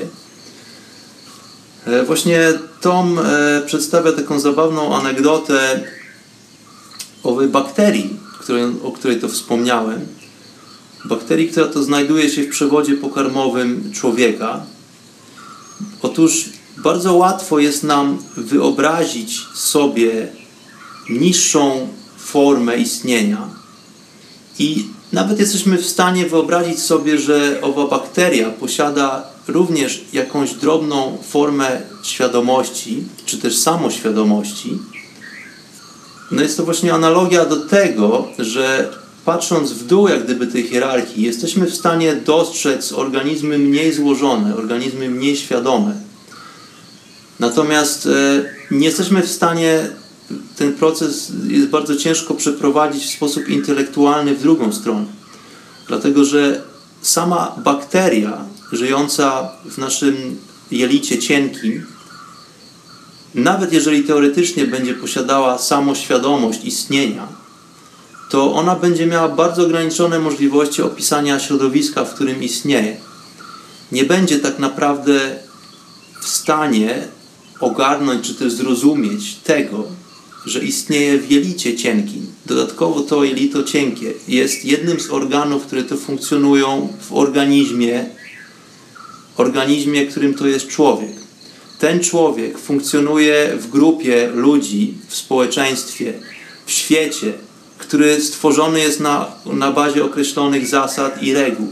A: Właśnie Tom przedstawia taką zabawną anegdotę owej bakterii, której, o której to wspomniałem. Bakterii, która to znajduje się w przewodzie pokarmowym człowieka. Otóż bardzo łatwo jest nam wyobrazić sobie niższą formę istnienia i nawet jesteśmy w stanie wyobrazić sobie, że owa bakteria posiada również jakąś drobną formę świadomości, czy też samoświadomości. No jest to właśnie analogia do tego, że patrząc w dół jak gdyby tej hierarchii, jesteśmy w stanie dostrzec organizmy mniej złożone, organizmy mniej świadome. Natomiast e, nie jesteśmy w stanie, ten proces jest bardzo ciężko przeprowadzić w sposób intelektualny w drugą stronę. Dlatego, że sama bakteria żyjąca w naszym jelicie cienkim, nawet jeżeli teoretycznie będzie posiadała samoświadomość istnienia, to ona będzie miała bardzo ograniczone możliwości opisania środowiska, w którym istnieje. Nie będzie tak naprawdę w stanie ogarnąć czy też zrozumieć tego, że istnieje w jelicie cienkim. Dodatkowo to jelito cienkie jest jednym z organów, które to funkcjonują w organizmie, organizmie, którym to jest człowiek. Ten człowiek funkcjonuje w grupie ludzi, w społeczeństwie, w świecie, który stworzony jest na, na bazie określonych zasad i reguł.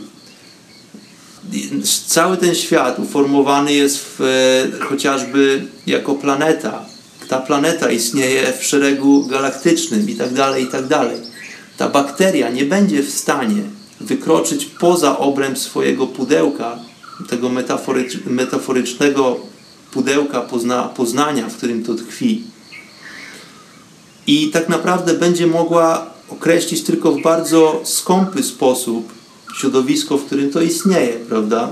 A: Cały ten świat uformowany jest w, chociażby jako planeta. Ta planeta istnieje w szeregu galaktycznym i tak dalej, i tak dalej. Ta bakteria nie będzie w stanie wykroczyć poza obręb swojego pudełka, tego metaforycz, metaforycznego pudełka pozna, poznania, w którym to tkwi. i tak naprawdę będzie mogła określić tylko w bardzo skąpy sposób środowisko, w którym to istnieje, prawda?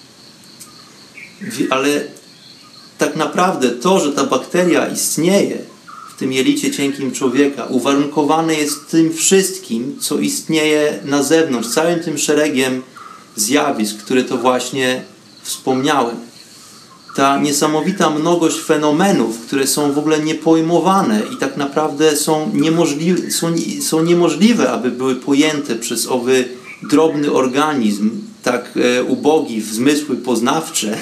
A: Ale tak naprawdę to, że ta bakteria istnieje w tym jelicie cienkim człowieka, uwarunkowane jest tym wszystkim, co istnieje na zewnątrz, całym tym szeregiem zjawisk, które to właśnie wspomniałem. Ta niesamowita mnogość fenomenów, które są w ogóle niepojmowane i tak naprawdę są niemożliwe, są, są niemożliwe, aby były pojęte przez owy drobny organizm, tak e, ubogi w zmysły poznawcze,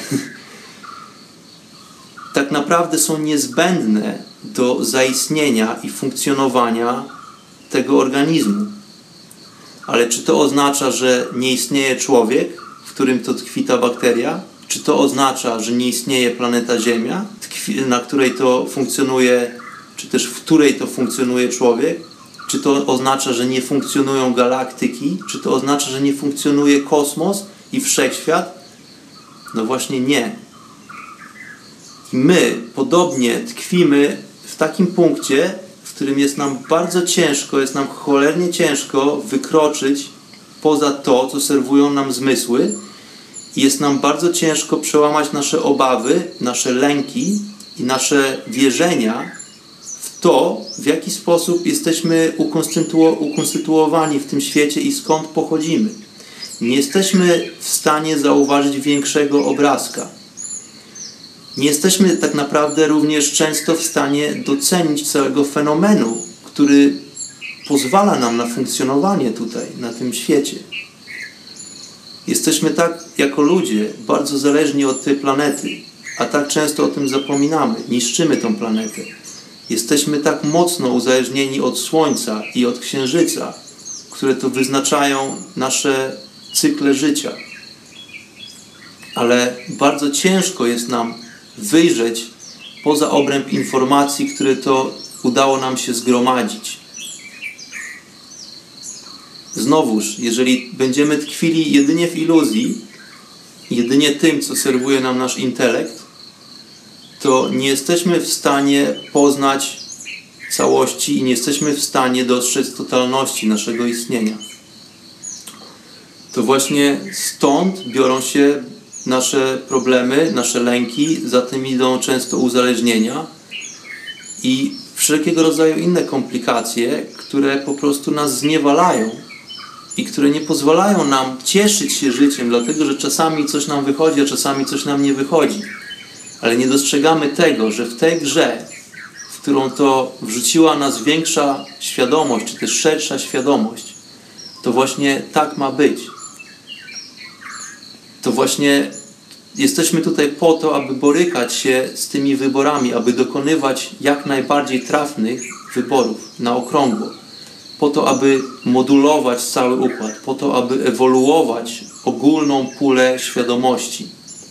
A: tak naprawdę są niezbędne do zaistnienia i funkcjonowania tego organizmu. Ale czy to oznacza, że nie istnieje człowiek, w którym to tkwi ta bakteria? Czy to oznacza, że nie istnieje planeta Ziemia, na której to funkcjonuje, czy też w której to funkcjonuje człowiek? Czy to oznacza, że nie funkcjonują galaktyki? Czy to oznacza, że nie funkcjonuje kosmos i wszechświat? No właśnie nie. I my podobnie tkwimy w takim punkcie, w którym jest nam bardzo ciężko, jest nam cholernie ciężko wykroczyć poza to, co serwują nam zmysły, i jest nam bardzo ciężko przełamać nasze obawy, nasze lęki i nasze wierzenia w to, w jaki sposób jesteśmy ukonstytu- ukonstytuowani w tym świecie i skąd pochodzimy. Nie jesteśmy w stanie zauważyć większego obrazka. Nie jesteśmy tak naprawdę również często w stanie docenić całego fenomenu, który pozwala nam na funkcjonowanie tutaj, na tym świecie. Jesteśmy tak, jako ludzie, bardzo zależni od tej planety, a tak często o tym zapominamy. Niszczymy tą planetę. Jesteśmy tak mocno uzależnieni od Słońca i od Księżyca, które to wyznaczają nasze cykle życia. Ale bardzo ciężko jest nam wyjrzeć poza obręb informacji, które to udało nam się zgromadzić. Znowuż, jeżeli będziemy tkwili jedynie w iluzji, jedynie tym, co serwuje nam nasz intelekt, to nie jesteśmy w stanie poznać całości i nie jesteśmy w stanie dostrzec totalności naszego istnienia. To właśnie stąd biorą się nasze problemy, nasze lęki, za tym idą często uzależnienia i wszelkiego rodzaju inne komplikacje, które po prostu nas zniewalają i które nie pozwalają nam cieszyć się życiem, dlatego że czasami coś nam wychodzi, a czasami coś nam nie wychodzi. Ale nie dostrzegamy tego, że w tej grze, w którą to wrzuciła nas większa świadomość, czy też szersza świadomość, to właśnie tak ma być. To właśnie jesteśmy tutaj po to, aby borykać się z tymi wyborami, aby dokonywać jak najbardziej trafnych wyborów na okrągło. Po to, aby modulować cały układ, po to, aby ewoluować ogólną pulę świadomości.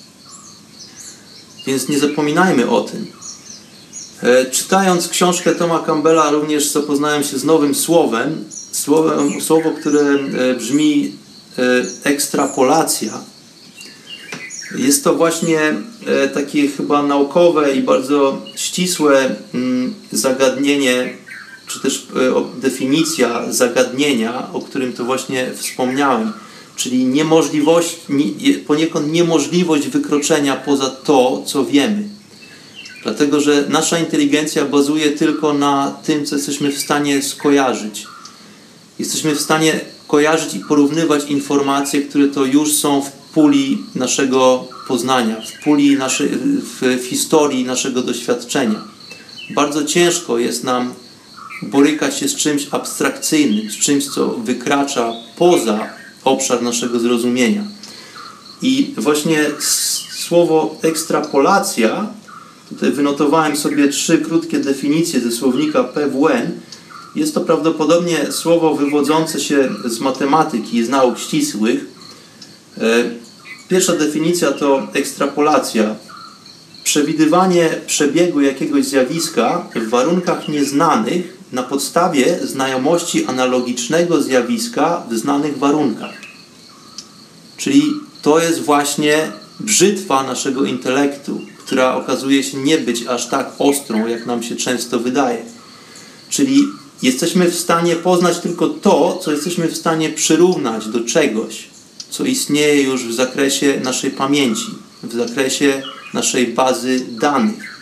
A: Więc nie zapominajmy o tym. E, czytając książkę Toma Campbella również zapoznałem się z nowym słowem, słowem słowo, które e, brzmi e, ekstrapolacja. Jest to właśnie e, takie chyba naukowe i bardzo ścisłe mm, zagadnienie, czy też e, definicja zagadnienia, o którym to właśnie wspomniałem. Czyli niemożliwość, nie, poniekąd niemożliwość wykroczenia poza to, co wiemy. Dlatego, że nasza inteligencja bazuje tylko na tym, co jesteśmy w stanie skojarzyć. Jesteśmy w stanie kojarzyć i porównywać informacje, które to już są w puli naszego poznania, w puli naszej, w, w historii naszego doświadczenia. Bardzo ciężko jest nam borykać się z czymś abstrakcyjnym, z czymś, co wykracza poza obszar naszego zrozumienia. I właśnie słowo ekstrapolacja, tutaj wynotowałem sobie trzy krótkie definicje ze słownika P W N. Jest to prawdopodobnie słowo wywodzące się z matematyki i z nauk ścisłych. Pierwsza definicja to ekstrapolacja. Przewidywanie przebiegu jakiegoś zjawiska w warunkach nieznanych na podstawie znajomości analogicznego zjawiska w znanych warunkach. Czyli to jest właśnie brzytwa naszego intelektu, która okazuje się nie być aż tak ostrą, jak nam się często wydaje. Czyli jesteśmy w stanie poznać tylko to, co jesteśmy w stanie przyrównać do czegoś, co istnieje już w zakresie naszej pamięci, w zakresie naszej bazy danych.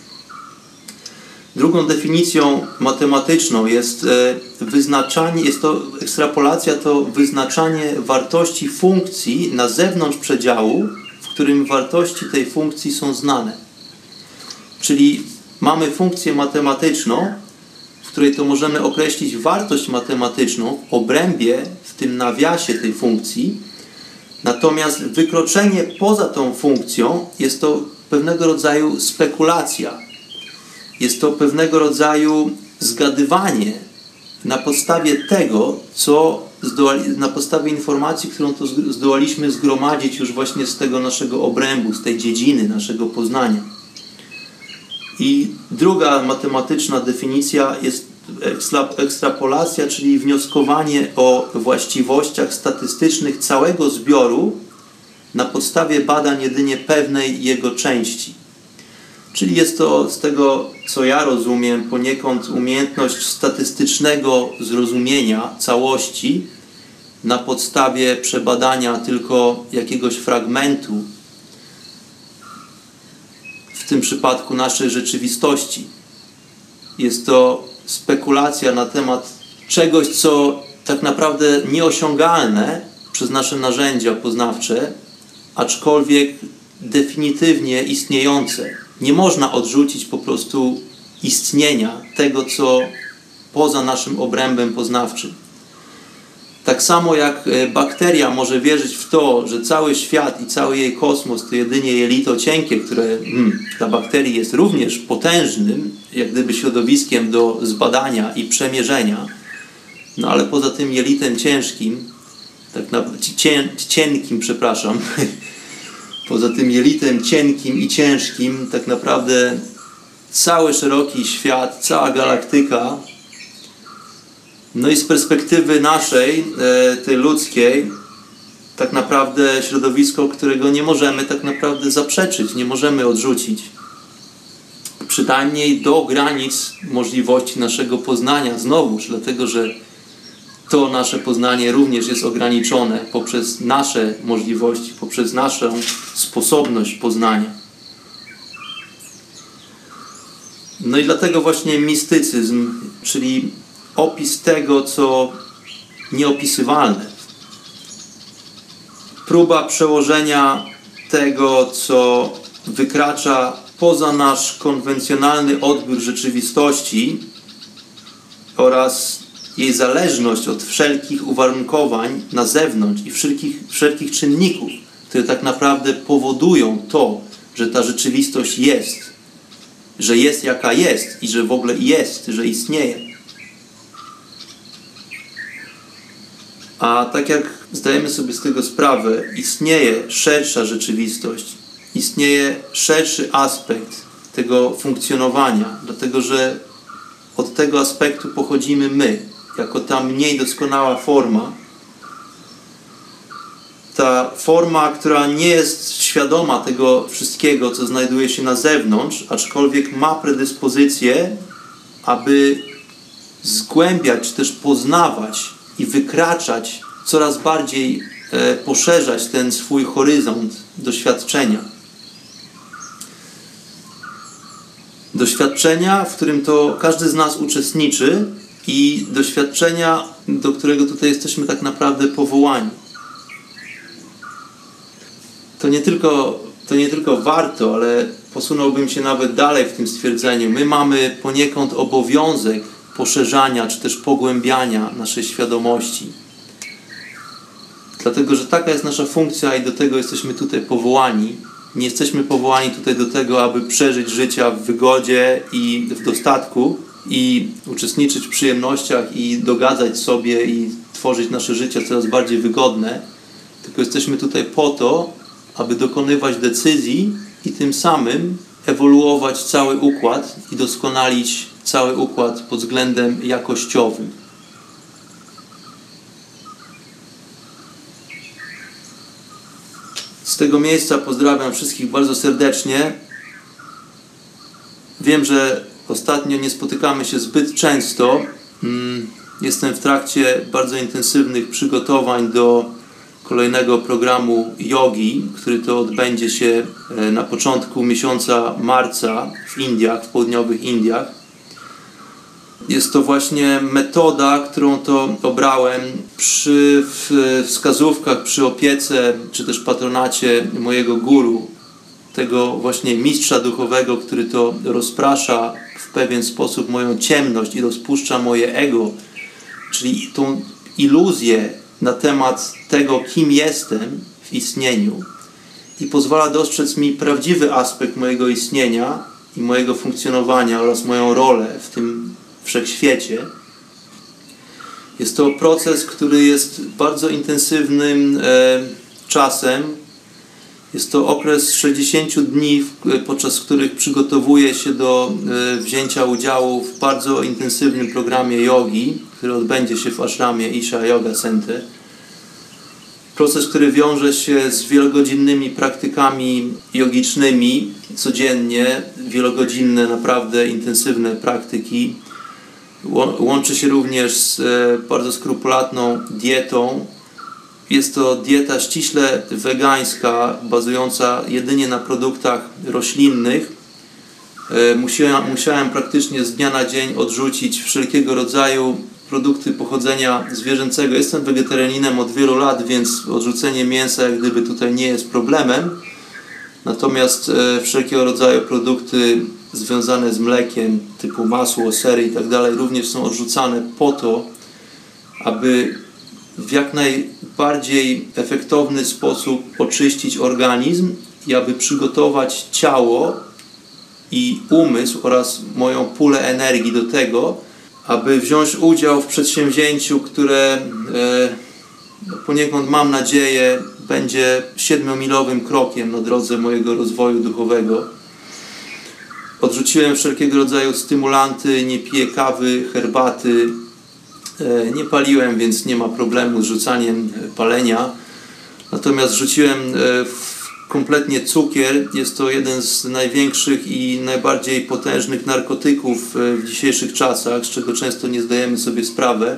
A: Drugą definicją matematyczną jest wyznaczanie, jest to ekstrapolacja, to wyznaczanie wartości funkcji na zewnątrz przedziału, w którym wartości tej funkcji są znane. Czyli mamy funkcję matematyczną, w której to możemy określić wartość matematyczną w obrębie, w tym nawiasie tej funkcji. Natomiast wykroczenie poza tą funkcją jest to pewnego rodzaju spekulacja. Jest to pewnego rodzaju zgadywanie na podstawie tego, co zdołali, na podstawie informacji, którą to zdołaliśmy zgromadzić już właśnie z tego naszego obrębu, z tej dziedziny naszego poznania. I druga matematyczna definicja jest ekstrapolacja, czyli wnioskowanie o właściwościach statystycznych całego zbioru na podstawie badań jedynie pewnej jego części. Czyli jest to, z tego co ja rozumiem, poniekąd umiejętność statystycznego zrozumienia całości na podstawie przebadania tylko jakiegoś fragmentu, w tym przypadku naszej rzeczywistości. Jest to spekulacja na temat czegoś, co tak naprawdę nieosiągalne przez nasze narzędzia poznawcze, aczkolwiek definitywnie istniejące. Nie można odrzucić po prostu istnienia tego, co poza naszym obrębem poznawczym. Tak samo jak bakteria może wierzyć w to, że cały świat i cały jej kosmos to jedynie jelito cienkie, które hmm, dla bakterii jest również potężnym, jak gdyby środowiskiem do zbadania i przemierzenia, no ale poza tym jelitem ciężkim, tak na, cię, cienkim, przepraszam, poza tym jelitem cienkim i ciężkim, tak naprawdę cały szeroki świat, cała galaktyka, no i z perspektywy naszej, tej ludzkiej, tak naprawdę środowisko, którego nie możemy tak naprawdę zaprzeczyć, nie możemy odrzucić. Przynajmniej do granic możliwości naszego poznania, znowuż, dlatego że to nasze poznanie również jest ograniczone poprzez nasze możliwości, poprzez naszą sposobność poznania. No i dlatego właśnie mistycyzm, czyli opis tego, co nieopisywalne. Próba przełożenia tego, co wykracza poza nasz konwencjonalny odbiór rzeczywistości oraz jej zależność od wszelkich uwarunkowań na zewnątrz i wszelkich, wszelkich czynników, które tak naprawdę powodują to, że ta rzeczywistość jest, że jest jaka jest i że w ogóle jest, że istnieje. A tak jak zdajemy sobie z tego sprawę, istnieje szersza rzeczywistość, istnieje szerszy aspekt tego funkcjonowania, dlatego że od tego aspektu pochodzimy my, jako ta mniej doskonała forma. Ta forma, która nie jest świadoma tego wszystkiego, co znajduje się na zewnątrz, aczkolwiek ma predyspozycję, aby zgłębiać, czy też poznawać i wykraczać, coraz bardziej e, poszerzać ten swój horyzont doświadczenia. Doświadczenia, w którym to każdy z nas uczestniczy i doświadczenia, do którego tutaj jesteśmy tak naprawdę powołani. To nie tylko, to nie tylko warto, ale posunąłbym się nawet dalej w tym stwierdzeniu. My mamy poniekąd obowiązek poszerzania, czy też pogłębiania naszej świadomości. Dlatego, że taka jest nasza funkcja i do tego jesteśmy tutaj powołani. Nie jesteśmy powołani tutaj do tego, aby przeżyć życia w wygodzie i w dostatku i uczestniczyć w przyjemnościach i dogadzać sobie i tworzyć nasze życie coraz bardziej wygodne. Tylko jesteśmy tutaj po to, aby dokonywać decyzji i tym samym ewoluować cały układ i doskonalić cały układ pod względem jakościowym. Z tego miejsca pozdrawiam wszystkich bardzo serdecznie. Wiem, że ostatnio nie spotykamy się zbyt często. Jestem w trakcie bardzo intensywnych przygotowań do kolejnego programu jogi, który to odbędzie się na początku miesiąca marca w Indiach, w południowych Indiach. Jest to właśnie metoda, którą to obrałem przy wskazówkach, przy opiece, czy też patronacie mojego guru, tego właśnie mistrza duchowego, który to rozprasza w pewien sposób moją ciemność i rozpuszcza moje ego, czyli tą iluzję na temat tego, kim jestem w istnieniu i pozwala dostrzec mi prawdziwy aspekt mojego istnienia i mojego funkcjonowania oraz moją rolę w tym wszechświecie. Jest to proces, który jest bardzo intensywnym e, czasem. Jest to okres sześćdziesięciu dni, podczas których przygotowuję się do e, wzięcia udziału w bardzo intensywnym programie jogi, który odbędzie się w ashramie Isha Yoga Center. Proces, który wiąże się z wielogodzinnymi praktykami jogicznymi codziennie, wielogodzinne, naprawdę intensywne praktyki. Łączy się również z bardzo skrupulatną dietą. Jest to dieta ściśle wegańska, bazująca jedynie na produktach roślinnych. Musiałem, musiałem praktycznie z dnia na dzień odrzucić wszelkiego rodzaju produkty pochodzenia zwierzęcego. Jestem wegetarianinem od wielu lat, więc odrzucenie mięsa jak gdyby tutaj nie jest problemem. Natomiast wszelkiego rodzaju produkty związane z mlekiem, typu masło, sery i tak dalej, również są odrzucane po to, aby w jak najbardziej efektowny sposób oczyścić organizm i aby przygotować ciało i umysł oraz moją pulę energii do tego, aby wziąć udział w przedsięwzięciu, które e, poniekąd mam nadzieję będzie siedmiomilowym krokiem na drodze mojego rozwoju duchowego. Odrzuciłem wszelkiego rodzaju stymulanty, nie piję kawy, herbaty, e, nie paliłem, więc nie ma problemu z rzucaniem palenia. Natomiast rzuciłem e, kompletnie cukier. Jest to jeden z największych i najbardziej potężnych narkotyków w dzisiejszych czasach, z czego często nie zdajemy sobie sprawy.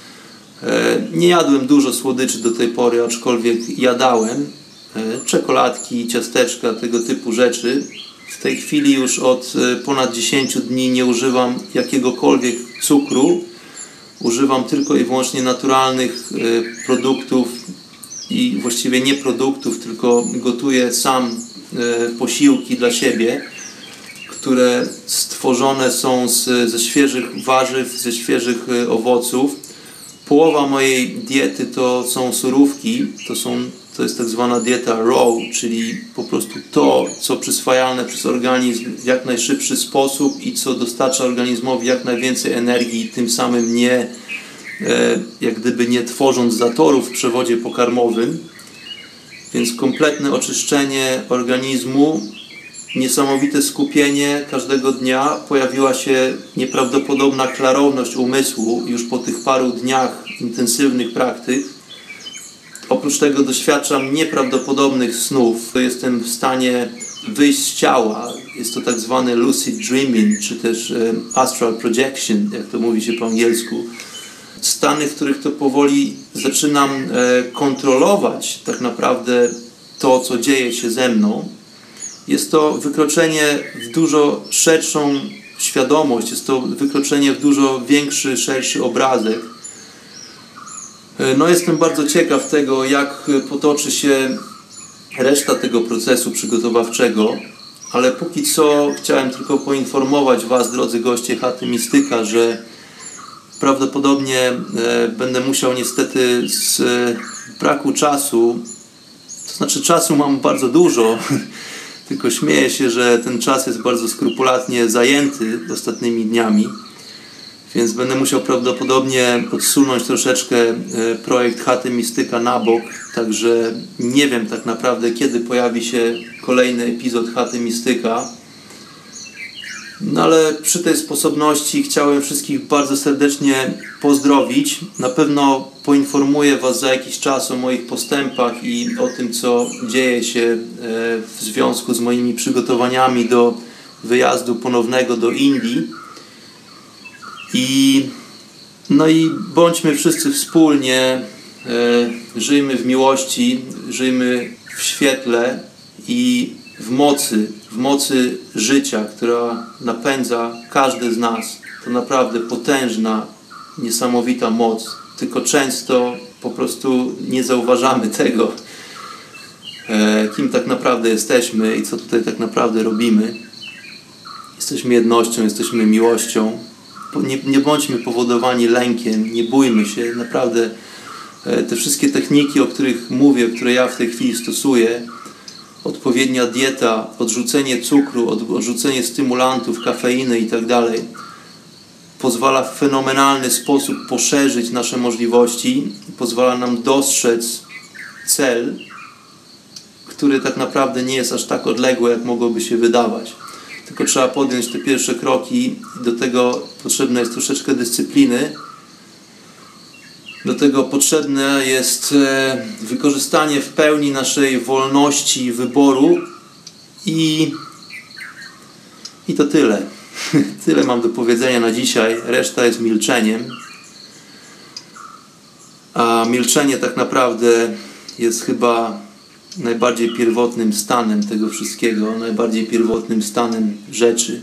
A: Nie jadłem dużo słodyczy do tej pory, aczkolwiek jadałem czekoladki, ciasteczka, tego typu rzeczy. W tej chwili już od ponad dziesięciu dni nie używam jakiegokolwiek cukru. Używam tylko i wyłącznie naturalnych produktów i właściwie nie produktów, tylko gotuję sam e, posiłki dla siebie, które stworzone są z, ze świeżych warzyw, ze świeżych e, owoców. Połowa mojej diety to są surówki, to, są, to jest tak zwana dieta raw, czyli po prostu to, co przyswajalne przez organizm w jak najszybszy sposób i co dostarcza organizmowi jak najwięcej energii, tym samym nie jak gdyby nie tworząc zatorów w przewodzie pokarmowym. Więc kompletne oczyszczenie organizmu, niesamowite skupienie każdego dnia. Pojawiła się nieprawdopodobna klarowność umysłu już po tych paru dniach intensywnych praktyk. Oprócz tego doświadczam nieprawdopodobnych snów. Jestem w stanie wyjść z ciała. Jest to tak zwany lucid dreaming, czy też astral projection, jak to mówi się po angielsku. Stany, w których to powoli zaczynam kontrolować tak naprawdę to, co dzieje się ze mną. Jest to wykroczenie w dużo szerszą świadomość, jest to wykroczenie w dużo większy, szerszy obrazek. No, jestem bardzo ciekaw tego, jak potoczy się reszta tego procesu przygotowawczego, ale póki co chciałem tylko poinformować Was, drodzy goście Chaty Mistyka, że prawdopodobnie e, będę musiał niestety z e, braku czasu, to znaczy czasu mam bardzo dużo, tylko śmieję się, że ten czas jest bardzo skrupulatnie zajęty ostatnimi dniami, więc będę musiał prawdopodobnie odsunąć troszeczkę e, projekt Chaty Mistyka na bok, także nie wiem tak naprawdę, kiedy pojawi się kolejny epizod Chaty Mistyka. No ale przy tej sposobności chciałem wszystkich bardzo serdecznie pozdrowić. Na pewno poinformuję Was za jakiś czas o moich postępach i o tym, co dzieje się w związku z moimi przygotowaniami do wyjazdu ponownego do Indii. I, no i bądźmy wszyscy wspólnie, e, żyjmy w miłości, żyjmy w świetle i w mocy, w mocy życia, która napędza każdy z nas. To naprawdę potężna, niesamowita moc, tylko często po prostu nie zauważamy tego, e, kim tak naprawdę jesteśmy i co tutaj tak naprawdę robimy. Jesteśmy jednością, jesteśmy miłością. Nie, nie bądźmy powodowani lękiem, nie bójmy się. Naprawdę e, te wszystkie techniki, o których mówię, które ja w tej chwili stosuję, odpowiednia dieta, odrzucenie cukru, od, odrzucenie stymulantów, kafeiny i tak dalej, pozwala w fenomenalny sposób poszerzyć nasze możliwości, pozwala nam dostrzec cel, który tak naprawdę nie jest aż tak odległy, jak mogłoby się wydawać. Tylko trzeba podjąć te pierwsze kroki. Do tego potrzebna jest troszeczkę dyscypliny. Do tego potrzebne jest wykorzystanie w pełni naszej wolności wyboru i, i to tyle. Tyle mam do powiedzenia na dzisiaj. Reszta jest milczeniem. A milczenie tak naprawdę jest chyba najbardziej pierwotnym stanem tego wszystkiego, najbardziej pierwotnym stanem rzeczy.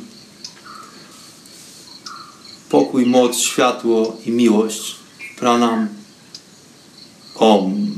A: Pokój, moc, światło i miłość. Pranam. Om.